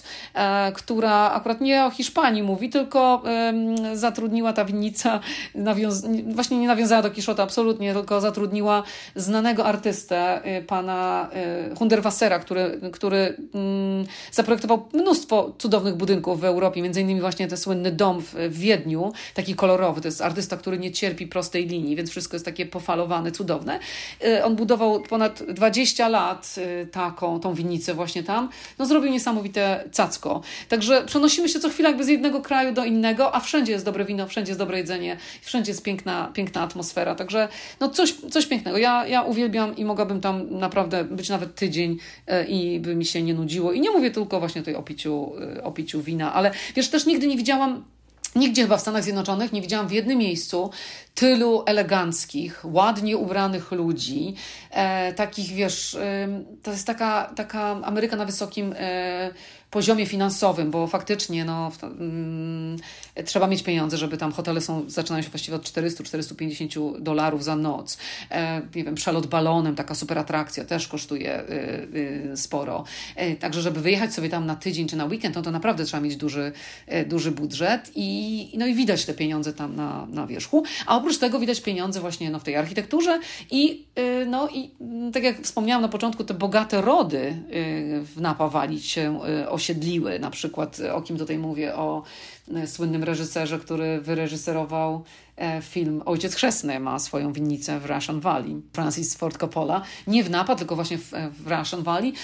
która akurat nie o Hiszpanii mówi, tylko zatrudniła ta winnica, nawiąz- właśnie nie nawiązała do Quixote absolutnie, tylko zatrudniła znanego artystę, pana Hunderwassera, który, który zaprojektował mnóstwo cudownych budynków w Europie, między innymi właśnie ten słynny dom w Wiedniu, taki kolorowy, to jest artysta, który nie cierpi prostej linii, więc wszystko jest takie pofalowane, cudowne. On budował ponad dwadzieścia lat taką, tą winnicę właśnie tam, no zrobił niesamowite cacko. Także przenosimy się co chwilę jakby z jednego kraju do innego, a wszędzie jest dobre wino, wszędzie jest dobre jedzenie, wszędzie jest piękna, piękna atmosfera, także no coś, coś pięknego. Ja, ja uwielbiam i mogłabym tam naprawdę być nawet tydzień i by mi się nie nudziło. I nie mówię tylko właśnie tutaj o piciu, o piciu wina, ale wiesz, też nigdy nie widziałam, nigdzie chyba w Stanach Zjednoczonych nie widziałam w jednym miejscu tylu eleganckich, ładnie ubranych ludzi, e, takich, wiesz, e, to jest taka, taka Ameryka na wysokim e, poziomie finansowym, bo faktycznie no, w, mm, trzeba mieć pieniądze, żeby tam hotele są, zaczynają się właściwie od czterysta do czterystu pięćdziesięciu dolarów za noc. E, nie wiem, przelot balonem, taka super atrakcja też kosztuje y, y, sporo. E, także żeby wyjechać sobie tam na tydzień czy na weekend, no to naprawdę trzeba mieć duży, e, duży budżet i, no i widać te pieniądze tam na, na wierzchu. A oprócz tego widać pieniądze właśnie no, w tej architekturze i, y, no, i tak jak wspomniałam na początku, te bogate rody y, w Napa Valley się y, osiedliły. Na przykład, o kim tutaj mówię, o słynnym reżyserze, który wyreżyserował film Ojciec Chrzestny, ma swoją winnicę w Russian Valley. Francis Ford Coppola. Nie w Napa, tylko właśnie w, w Russian Valley.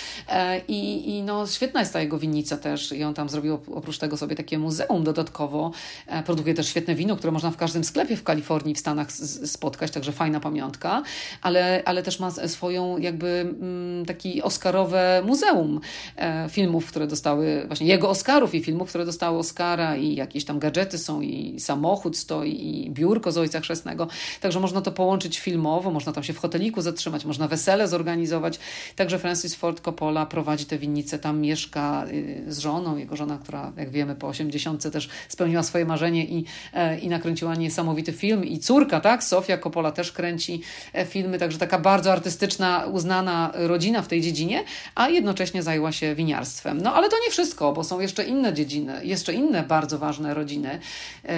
I, I no, świetna jest ta jego winnica też. I on tam zrobił oprócz tego sobie takie muzeum dodatkowo. Produkuje też świetne wino, które można w każdym sklepie w Kalifornii, w Stanach spotkać, także fajna pamiątka. Ale, ale też ma swoją jakby taki oscarowe muzeum filmów, które dostały właśnie jego Oscarów i filmów, które dostały Oscara i jakieś tam gadżety są i samochód stoi i biurko z Ojca Chrzestnego. Także można to połączyć filmowo, można tam się w hoteliku zatrzymać, można wesele zorganizować. Także Francis Ford Coppola prowadzi tę winnicę, tam mieszka z żoną. Jego żona, która jak wiemy po osiemdziesiątce też spełniła swoje marzenie i, i nakręciła niesamowity film. I córka, tak? Sofia Coppola też kręci filmy, także taka bardzo artystyczna, uznana rodzina w tej dziedzinie, a jednocześnie zajęła się winiarstwem. No ale to nie wszystko, bo są jeszcze inne dziedziny, jeszcze inne bardzo ważne rodziny.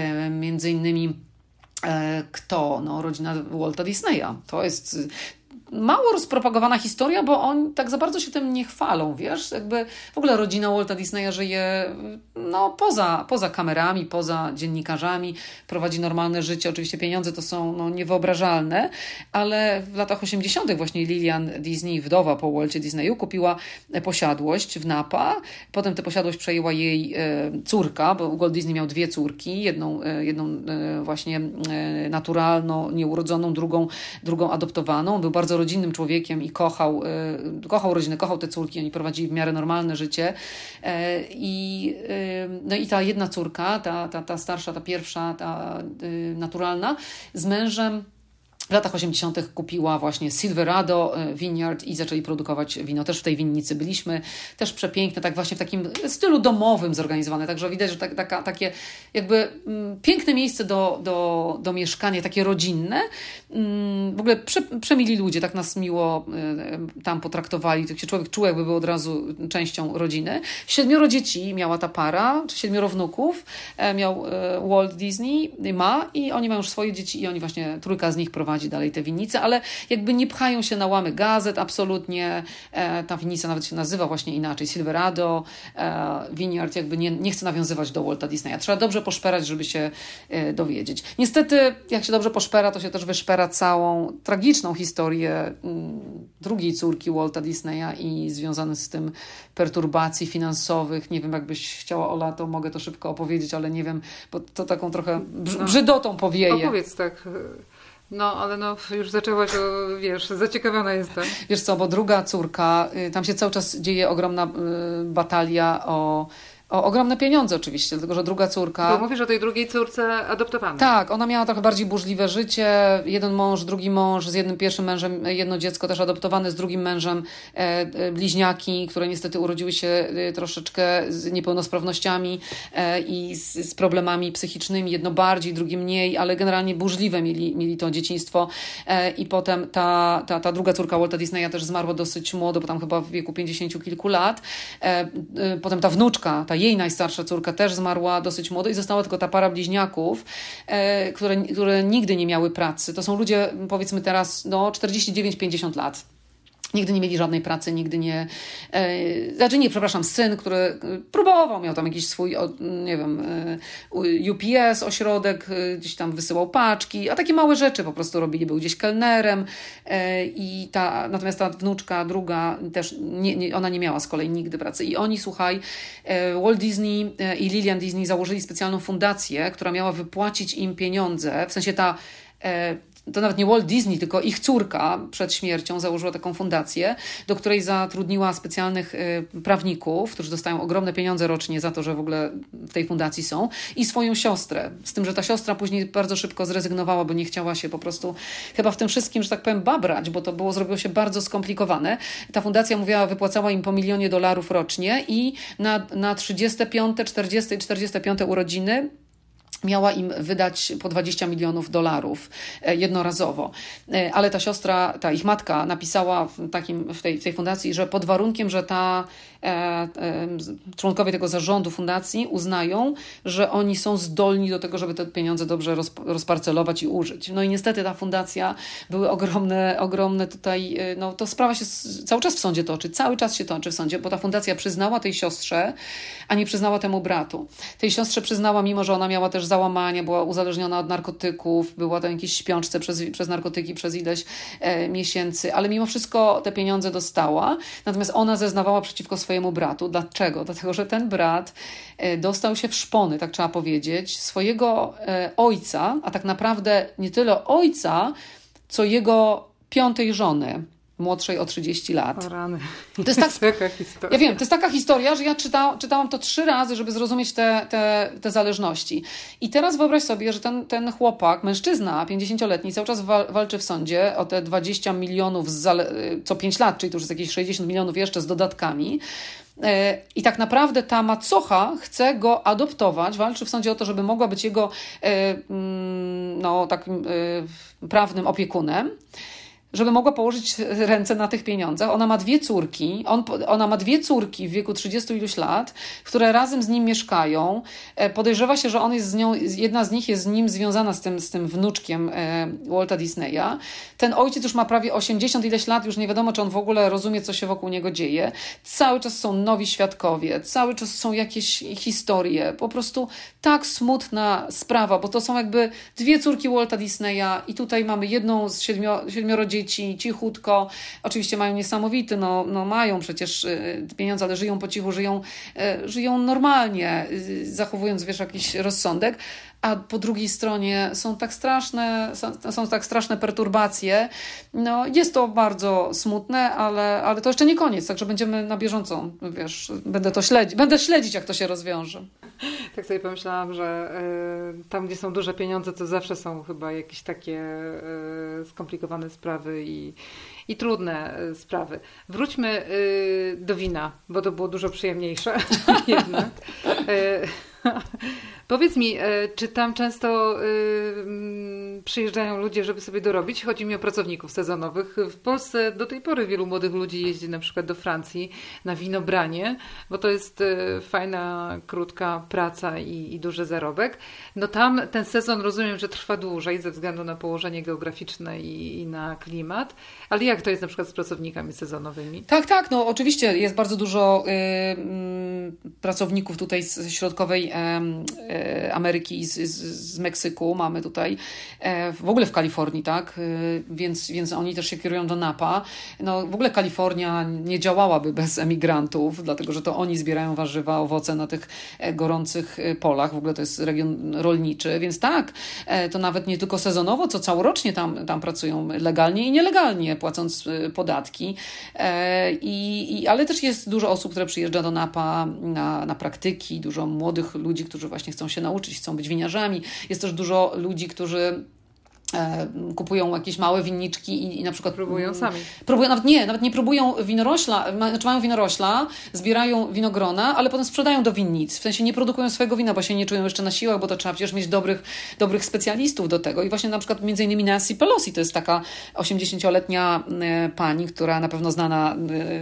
Między innymi kto? No, rodzina Walta Disneya. To jest mało rozpropagowana historia, bo oni tak za bardzo się tym nie chwalą, wiesz? Jakby w ogóle rodzina Walta Disneya żyje no, poza, poza kamerami, poza dziennikarzami, prowadzi normalne życie. Oczywiście pieniądze to są no, niewyobrażalne, ale w latach osiemdziesiątych właśnie Lillian Disney, wdowa po Walcie Disneyu, kupiła posiadłość w Napa. Potem tę posiadłość przejęła jej e, córka, bo Walt Disney miał dwie córki, jedną, e, jedną e, właśnie e, naturalną, nieurodzoną, drugą, drugą adoptowaną. Był bardzo rodzinnym człowiekiem i kochał, e, kochał rodzinę, kochał te córki. Oni prowadzili w miarę normalne życie. E, i, e, no i ta jedna córka, ta, ta, ta starsza, ta pierwsza, ta e, naturalna, z mężem w latach osiemdziesiątych kupiła właśnie Silverado Vineyard i zaczęli produkować wino. Też w tej winnicy byliśmy. Też przepiękne, tak właśnie w takim stylu domowym zorganizowane. Także widać, że tak, taka, takie jakby mm, piękne miejsce do, do, do mieszkania, takie rodzinne. Mm, w ogóle prze, przemili ludzie, tak nas miło y, tam potraktowali. Tak się człowiek czuł, jakby był od razu częścią rodziny. Siedmioro dzieci miała ta para, czy siedmioro wnuków. E, miał e, Walt Disney, ma i oni mają już swoje dzieci i oni właśnie, trójka z nich prowadzi dalej te winnice, ale jakby nie pchają się na łamy gazet absolutnie. E, ta winnica nawet się nazywa właśnie inaczej, Silverado e, Vineyard, jakby nie, nie chce nawiązywać do Walta Disneya. Trzeba dobrze poszperać, żeby się e, dowiedzieć. Niestety, jak się dobrze poszpera, to się też wyszpera całą tragiczną historię m, drugiej córki Walta Disneya i związane z tym perturbacji finansowych. Nie wiem, jakbyś chciała, Ola, to mogę to szybko opowiedzieć, ale nie wiem, bo to taką trochę brz- brzydotą powieje. Opowiedz tak. No, ale no, już zaczęłaś, o, wiesz, zaciekawiona jestem. Wiesz co, bo druga córka, y, tam się cały czas dzieje ogromna y, batalia o, o ogromne pieniądze oczywiście, dlatego że druga córka... Bo mówisz o tej drugiej córce adoptowanej. Tak, ona miała trochę bardziej burzliwe życie. Jeden mąż, drugi mąż, z jednym pierwszym mężem jedno dziecko też adoptowane, z drugim mężem e, e, bliźniaki, które niestety urodziły się e, troszeczkę z niepełnosprawnościami e, i z, z problemami psychicznymi. Jedno bardziej, drugie mniej, ale generalnie burzliwe mieli, mieli to dzieciństwo. E, I potem ta, ta, ta druga córka Walta Disneya też zmarła dosyć młodo, bo tam chyba w wieku pięćdziesięciu kilku lat. E, e, potem ta wnuczka, ta jej najstarsza córka też zmarła dosyć młodo i została tylko ta para bliźniaków, e, które, które nigdy nie miały pracy. To są ludzie, powiedzmy teraz, no czterdzieści dziewięć pięćdziesiąt lat. Nigdy nie mieli żadnej pracy, nigdy nie... E, znaczy nie, przepraszam, syn, który próbował, miał tam jakiś swój, o, nie wiem, e, U P S, ośrodek, e, gdzieś tam wysyłał paczki, a takie małe rzeczy po prostu robili, był gdzieś kelnerem e, i ta, natomiast ta wnuczka, druga, też nie, nie, ona nie miała z kolei nigdy pracy. I oni, słuchaj, e, Walt Disney e, i Lillian Disney założyli specjalną fundację, która miała wypłacić im pieniądze, w sensie ta... E, to nawet nie Walt Disney, tylko ich córka przed śmiercią założyła taką fundację, do której zatrudniła specjalnych y, prawników, którzy dostają ogromne pieniądze rocznie za to, że w ogóle w tej fundacji są, i swoją siostrę. Z tym, że ta siostra później bardzo szybko zrezygnowała, bo nie chciała się po prostu chyba w tym wszystkim, że tak powiem, babrać, bo to było, zrobiło się bardzo skomplikowane. Ta fundacja, mówiła, wypłacała im po milionie dolarów rocznie i na, na trzydzieste piąte, czterdzieste i czterdzieste piąte urodziny miała im wydać po dwadzieścia milionów dolarów jednorazowo. Ale ta siostra, ta ich matka napisała w, takim, w, tej, w tej fundacji, że pod warunkiem, że ta e, e, członkowie tego zarządu fundacji uznają, że oni są zdolni do tego, żeby te pieniądze dobrze roz, rozparcelować i użyć. No i niestety ta fundacja, były ogromne, ogromne tutaj, no to sprawa się cały czas w sądzie toczy, cały czas się toczy w sądzie, bo ta fundacja przyznała tej siostrze, a nie przyznała temu bratu. Tej siostrze przyznała, mimo że ona miała też załamanie, była uzależniona od narkotyków, była tam jakiejś śpiączce przez, przez narkotyki przez ileś e, miesięcy, ale mimo wszystko te pieniądze dostała. Natomiast ona zeznawała przeciwko swojemu bratu. Dlaczego? Dlatego, że ten brat e, dostał się w szpony, tak trzeba powiedzieć, swojego e, ojca, a tak naprawdę nie tyle ojca, co jego piątej żony, młodszej o trzydzieści lat. O rany. To jest tak, taka historia. Ja wiem, to jest taka historia, że ja czyta, czytałam to trzy razy, żeby zrozumieć te, te, te zależności. I teraz wyobraź sobie, że ten, ten chłopak, mężczyzna pięćdziesięcioletni, cały czas wal, walczy w sądzie o te dwadzieścia milionów zale- co pięć lat, czyli to już jest jakieś sześćdziesiąt milionów jeszcze z dodatkami. I tak naprawdę ta macocha chce go adoptować, walczy w sądzie o to, żeby mogła być jego no, takim prawnym opiekunem. żeby mogła położyć ręce na tych pieniądzach. Ona ma dwie córki, on, ona ma dwie córki w wieku trzydziestu iluś lat, które razem z nim mieszkają. Podejrzewa się, że on jest z nią, jedna z nich jest z nim związana z tym, z tym wnuczkiem Walta Disneya. Ten ojciec już ma prawie osiemdziesiąt ileś lat, już nie wiadomo, czy on w ogóle rozumie, co się wokół niego dzieje. Cały czas są nowi świadkowie, cały czas są jakieś historie. Po prostu tak smutna sprawa, bo to są jakby dwie córki Walta Disneya i tutaj mamy jedną z siedmioro, siedmioro dzieci, cichutko. Oczywiście mają niesamowity, no, no mają przecież pieniądze, ale żyją po cichu, żyją, żyją normalnie, zachowując, wiesz, jakiś rozsądek. A po drugiej stronie są tak straszne, są, są tak straszne perturbacje. No, jest to bardzo smutne, ale, ale to jeszcze nie koniec, także będziemy na bieżąco, wiesz, będę to śledzić, będę śledzić, jak to się rozwiąże. Tak sobie pomyślałam, że y, tam, gdzie są duże pieniądze, to zawsze są chyba jakieś takie y, skomplikowane sprawy i, i trudne y, sprawy. Wróćmy y, do wina, bo to było dużo przyjemniejsze jednak. Y, Powiedz mi, czy tam często y, przyjeżdżają ludzie, żeby sobie dorobić? Chodzi mi o pracowników sezonowych. W Polsce do tej pory wielu młodych ludzi jeździ na przykład do Francji na winobranie, bo to jest y, fajna, krótka praca i, i duży zarobek. No tam ten sezon rozumiem, że trwa dłużej ze względu na położenie geograficzne i, i na klimat. Ale jak to jest na przykład z pracownikami sezonowymi? Tak, tak, no oczywiście jest bardzo dużo y, y, pracowników tutaj z środkowej y, y, Ameryki i z, z, z Meksyku. Mamy tutaj y, w ogóle w Kalifornii, tak, y, więc, więc oni też się kierują do Napa. No w ogóle Kalifornia nie działałaby bez emigrantów, dlatego że to oni zbierają warzywa, owoce na tych gorących polach. W ogóle to jest region rolniczy, więc tak, to nawet nie tylko sezonowo, co całorocznie tam, tam pracują legalnie i nielegalnie, płacąc podatki. I, i, ale też jest dużo osób, które przyjeżdża do Napa na, na praktyki, dużo młodych ludzi, którzy właśnie chcą się nauczyć, chcą być winiarzami. Jest też dużo ludzi, którzy kupują jakieś małe winniczki i, i na przykład... Próbują sami. Próbują, nawet nie, nawet nie próbują winorośla, znaczy mają winorośla, zbierają winogrona, ale potem sprzedają do winnic. W sensie nie produkują swojego wina, bo się nie czują jeszcze na siłach, bo to trzeba przecież mieć dobrych, dobrych specjalistów do tego. I właśnie na przykład między innymi Nancy Pelosi, to jest taka osiemdziesięcioletnia pani, która na pewno znana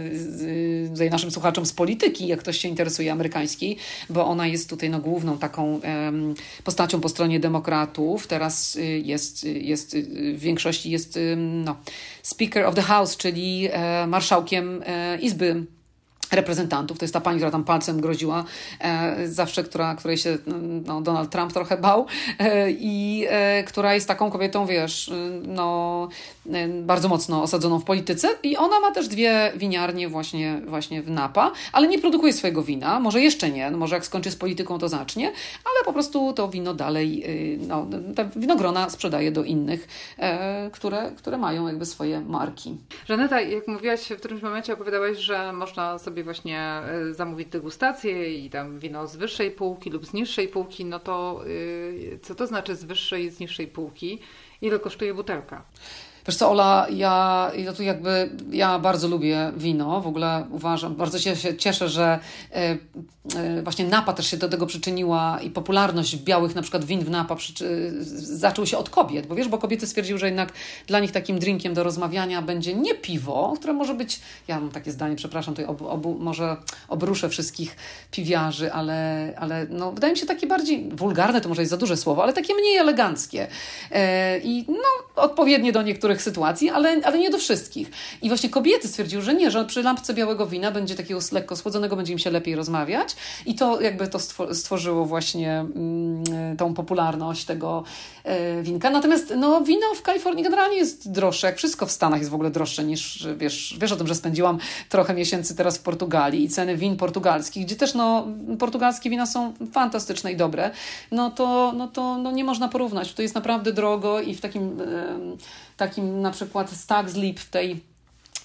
tutaj naszym słuchaczom z polityki, jak ktoś się interesuje, amerykańskiej, bo ona jest tutaj no, główną taką postacią po stronie demokratów. Teraz jest jest w większości jest no, Speaker of the House, czyli e, marszałkiem e, Izby Reprezentantów. To jest ta pani, która tam palcem groziła e, zawsze, która, której się no, Donald Trump trochę bał e, i e, która jest taką kobietą, wiesz, no e, bardzo mocno osadzoną w polityce i ona ma też dwie winiarnie właśnie, właśnie w Napa, ale nie produkuje swojego wina, może jeszcze nie, no, może jak skończy z polityką, to zacznie, ale po prostu to wino dalej, e, no, te winogrona sprzedaje do innych, e, które, które mają jakby swoje marki. Żaneta, jak mówiłaś w którymś momencie, opowiadałaś, że można sobie właśnie zamówić degustację i tam wino z wyższej półki lub z niższej półki, no to yy, co to znaczy z wyższej i z niższej półki? Ile kosztuje butelka? Wiesz co, Ola, ja, ja tu jakby, ja bardzo lubię wino, w ogóle uważam, bardzo się cieszę, że e, e, właśnie Napa też się do tego przyczyniła i popularność białych na przykład win w Napa przyczy, zaczął się od kobiet, bo wiesz, bo kobiety stwierdziły, że jednak dla nich takim drinkiem do rozmawiania będzie nie piwo, które może być, ja mam takie zdanie, przepraszam, tutaj obu, obu, może obruszę wszystkich piwiarzy, ale, ale no, wydaje mi się takie bardziej wulgarne, to może jest za duże słowo, ale takie mniej eleganckie e, i no, odpowiednie do niektórych sytuacji, ale, ale nie do wszystkich. I właśnie kobiety stwierdziły, że nie, że przy lampce białego wina będzie takiego lekko słodzonego, będzie im się lepiej rozmawiać i to jakby to stworzyło właśnie mm, tą popularność tego e, winka. Natomiast no, wino w Kalifornii generalnie jest droższe, jak wszystko w Stanach jest w ogóle droższe niż, wiesz, wiesz o tym, że spędziłam trochę miesięcy teraz w Portugalii i ceny win portugalskich, gdzie też no, portugalskie wina są fantastyczne i dobre, no to, no to no, nie można porównać. To jest naprawdę drogo i w takim e, takim na przykład Stag's Leap w tej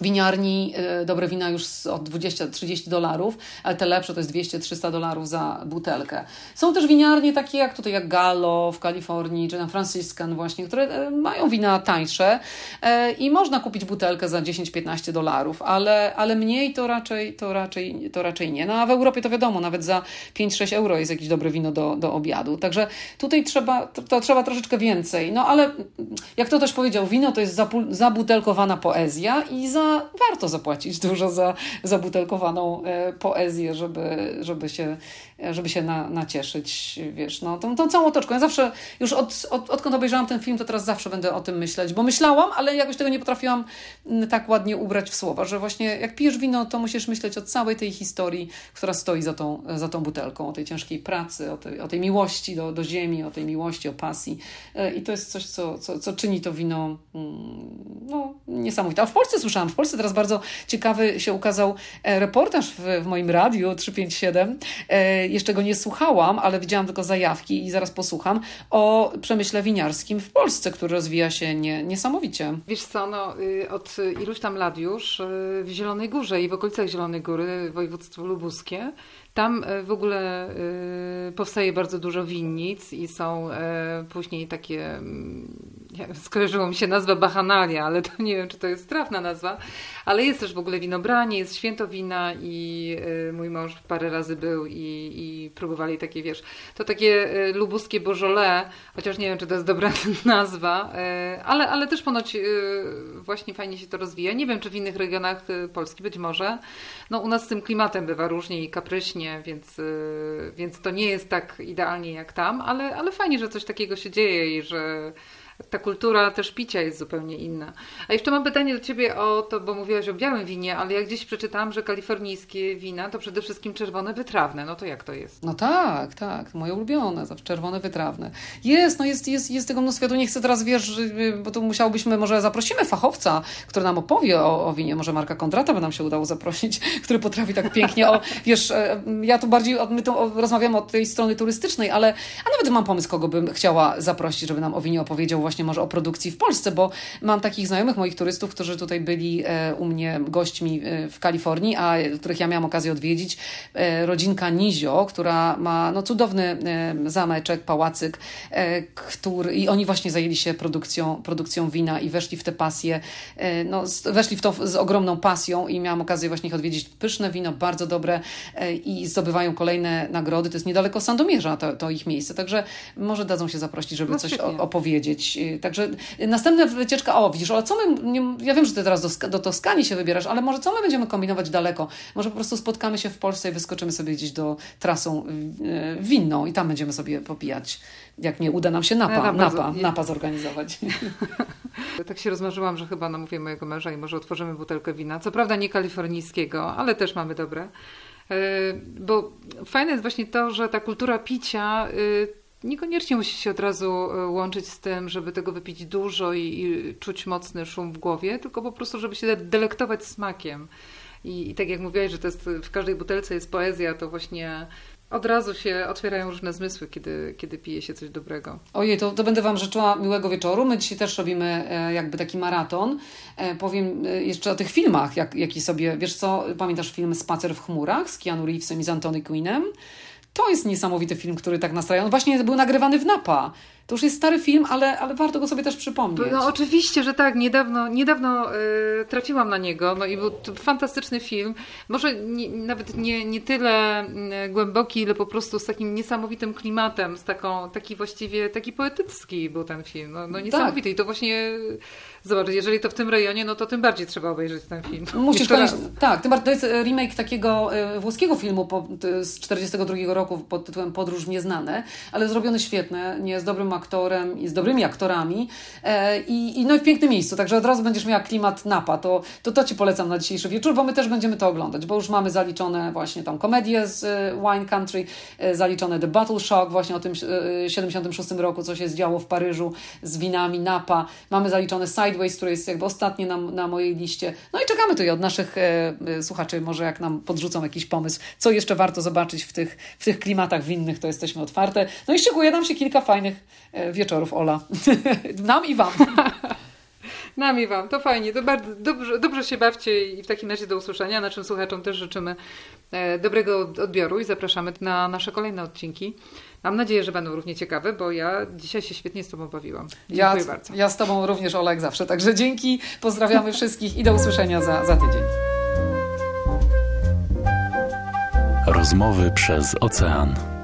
winiarni dobre wina już od dwadzieścia do trzydziestu dolarów, ale te lepsze to jest dwieście do trzystu dolarów za butelkę. Są też winiarnie takie jak tutaj, jak Gallo w Kalifornii, czy na Franciscan właśnie, które mają wina tańsze i można kupić butelkę za dziesięć do piętnastu dolarów, ale, ale mniej to raczej, to, raczej, to raczej nie. No a w Europie to wiadomo, nawet za pięć do sześciu euro jest jakieś dobre wino do, do obiadu. Także tutaj trzeba, to, to trzeba troszeczkę więcej. No ale jak to też powiedział, wino to jest zabutelkowana poezja i za, warto zapłacić dużo za zabutelkowaną e, poezję, żeby, żeby się, żeby się na, nacieszyć, wiesz, no tą, tą całą otoczką. Ja zawsze, już od, od, odkąd obejrzałam ten film, to teraz zawsze będę o tym myśleć, bo myślałam, ale jakoś tego nie potrafiłam tak ładnie ubrać w słowa, że właśnie jak pijesz wino, to musisz myśleć o całej tej historii, która stoi za tą, za tą butelką, o tej ciężkiej pracy, o tej, o tej miłości do, do ziemi, o tej miłości, o pasji. I to jest coś, co, co, co czyni to wino no, niesamowite. A w Polsce słyszałam, w Polsce teraz bardzo ciekawy się ukazał reportaż w, w moim radiu trzysta pięćdziesiąt siedem. Jeszcze go nie słuchałam, ale widziałam tylko zajawki i zaraz posłucham o przemyśle winiarskim w Polsce, który rozwija się nie, niesamowicie. Wiesz co, no, od iluś tam lat już w Zielonej Górze i w okolicach Zielonej Góry, województwo lubuskie, tam w ogóle powstaje bardzo dużo winnic i są później takie, skojarzyło mi się nazwa bachanalia, ale to nie wiem, czy to jest trafna nazwa, ale jest też w ogóle winobranie, jest święto wina i mój mąż parę razy był i, i próbowali takie, wiesz, to takie lubuskie Beaujolais, chociaż nie wiem, czy to jest dobra nazwa, ale, ale też ponoć właśnie fajnie się to rozwija. Nie wiem, czy w innych regionach Polski, być może. No u nas z tym klimatem bywa różnie i kapryśnie, więc, więc to nie jest tak idealnie jak tam, ale, ale fajnie, że coś takiego się dzieje i że ta kultura też picia jest zupełnie inna. A jeszcze mam pytanie do Ciebie o to, bo mówiłaś o białym winie, ale ja gdzieś przeczytałam, że kalifornijskie wina to przede wszystkim czerwone wytrawne. No to jak to jest? No tak, tak. Moje ulubione, zawsze czerwone wytrawne. Jest, no jest, jest, jest tego mnóstwo. Ja tu nie chcę teraz, wiesz, bo tu musiałbyśmy, może zaprosimy fachowca, który nam opowie o, o winie. Może Marka Kondrata by nam się udało zaprosić, który potrafi tak pięknie o, wiesz, ja tu bardziej, my tu rozmawiamy od tej strony turystycznej, ale a nawet mam pomysł, kogo bym chciała zaprosić, żeby nam o winie opowiedział, właśnie może o produkcji w Polsce, bo mam takich znajomych moich turystów, którzy tutaj byli u mnie gośćmi w Kalifornii, a których ja miałam okazję odwiedzić. Rodzinka Nizio, która ma no, cudowny zameczek, pałacyk, który, i oni właśnie zajęli się produkcją, produkcją wina i weszli w tę pasję, no, weszli w to z ogromną pasją i miałam okazję właśnie ich odwiedzić. Pyszne wino, bardzo dobre i zdobywają kolejne nagrody. To jest niedaleko Sandomierza, to, to ich miejsce, także może dadzą się zaprosić, żeby no, coś o, opowiedzieć. Także następna wycieczka, o widzisz, ale co my, nie, ja wiem, że ty teraz do, do Toskanii się wybierasz, ale może co my będziemy kombinować daleko? Może po prostu spotkamy się w Polsce i wyskoczymy sobie gdzieś do trasą winną i tam będziemy sobie popijać. Jak nie uda nam się napa, ja napa, napa zorganizować. Tak się rozmarzyłam, że chyba namówię mojego męża i może otworzymy butelkę wina. Co prawda nie kalifornijskiego, ale też mamy dobre. Bo fajne jest właśnie to, że ta kultura picia niekoniecznie musi się od razu łączyć z tym, żeby tego wypić dużo i, i czuć mocny szum w głowie, tylko po prostu, żeby się delektować smakiem. I, i tak jak mówiłaś, że to jest, w każdej butelce jest poezja, to właśnie od razu się otwierają różne zmysły, kiedy, kiedy pije się coś dobrego. Ojej, to, to będę Wam życzyła miłego wieczoru. My dzisiaj też robimy e, jakby taki maraton. E, powiem e, jeszcze o tych filmach, jak, jaki sobie, wiesz co, pamiętasz film Spacer w chmurach z Keanu Reevesem i z Anthony Quinnem? To jest niesamowity film, który tak nastraja. On właśnie był nagrywany w Napa. To już jest stary film, ale, ale warto go sobie też przypomnieć. No oczywiście, że tak. Niedawno, niedawno yy, trafiłam na niego. No i był to fantastyczny film. Może nie, nawet nie, nie tyle yy, głęboki, ile po prostu z takim niesamowitym klimatem, z taką, taki właściwie, taki poetycki był ten film. No, no niesamowity. Tak. I to właśnie, zobacz, jeżeli to w tym rejonie, no to tym bardziej trzeba obejrzeć ten film. Musisz koniecznie, tak, tym bardziej, to jest remake takiego y, włoskiego filmu po, y, z czterdziestego drugiego roku pod tytułem Podróż w nieznane, ale zrobiony świetnie, nie z dobrym aktorem i z dobrymi aktorami e, i, i no i w pięknym miejscu, także od razu będziesz miała klimat Napa, to, to to Ci polecam na dzisiejszy wieczór, bo my też będziemy to oglądać, bo już mamy zaliczone właśnie tam komedię z e, Wine Country, e, zaliczone The Bottle Shock właśnie o tym e, siedemdziesiątym szóstym roku, co się zdziało w Paryżu z winami Napa, mamy zaliczone Sideways, które jest jakby ostatnie na, na mojej liście, no i czekamy tutaj od naszych e, e, słuchaczy, może jak nam podrzucą jakiś pomysł, co jeszcze warto zobaczyć w tych, w tych klimatach winnych, to jesteśmy otwarte, no i szykuje nam się kilka fajnych wieczorów, Ola. Nam i Wam. Nam i Wam. To fajnie. To bardzo dobrze, dobrze się bawcie i w takim razie do usłyszenia, naszym słuchaczom też życzymy e, dobrego odbioru i zapraszamy na nasze kolejne odcinki. Mam nadzieję, że będą równie ciekawe, bo ja dzisiaj się świetnie z Tobą bawiłam. Dziękuję ja, bardzo. Ja z Tobą również, Ola, jak zawsze. Także dzięki, pozdrawiamy wszystkich i do usłyszenia za, za tydzień. Rozmowy przez ocean.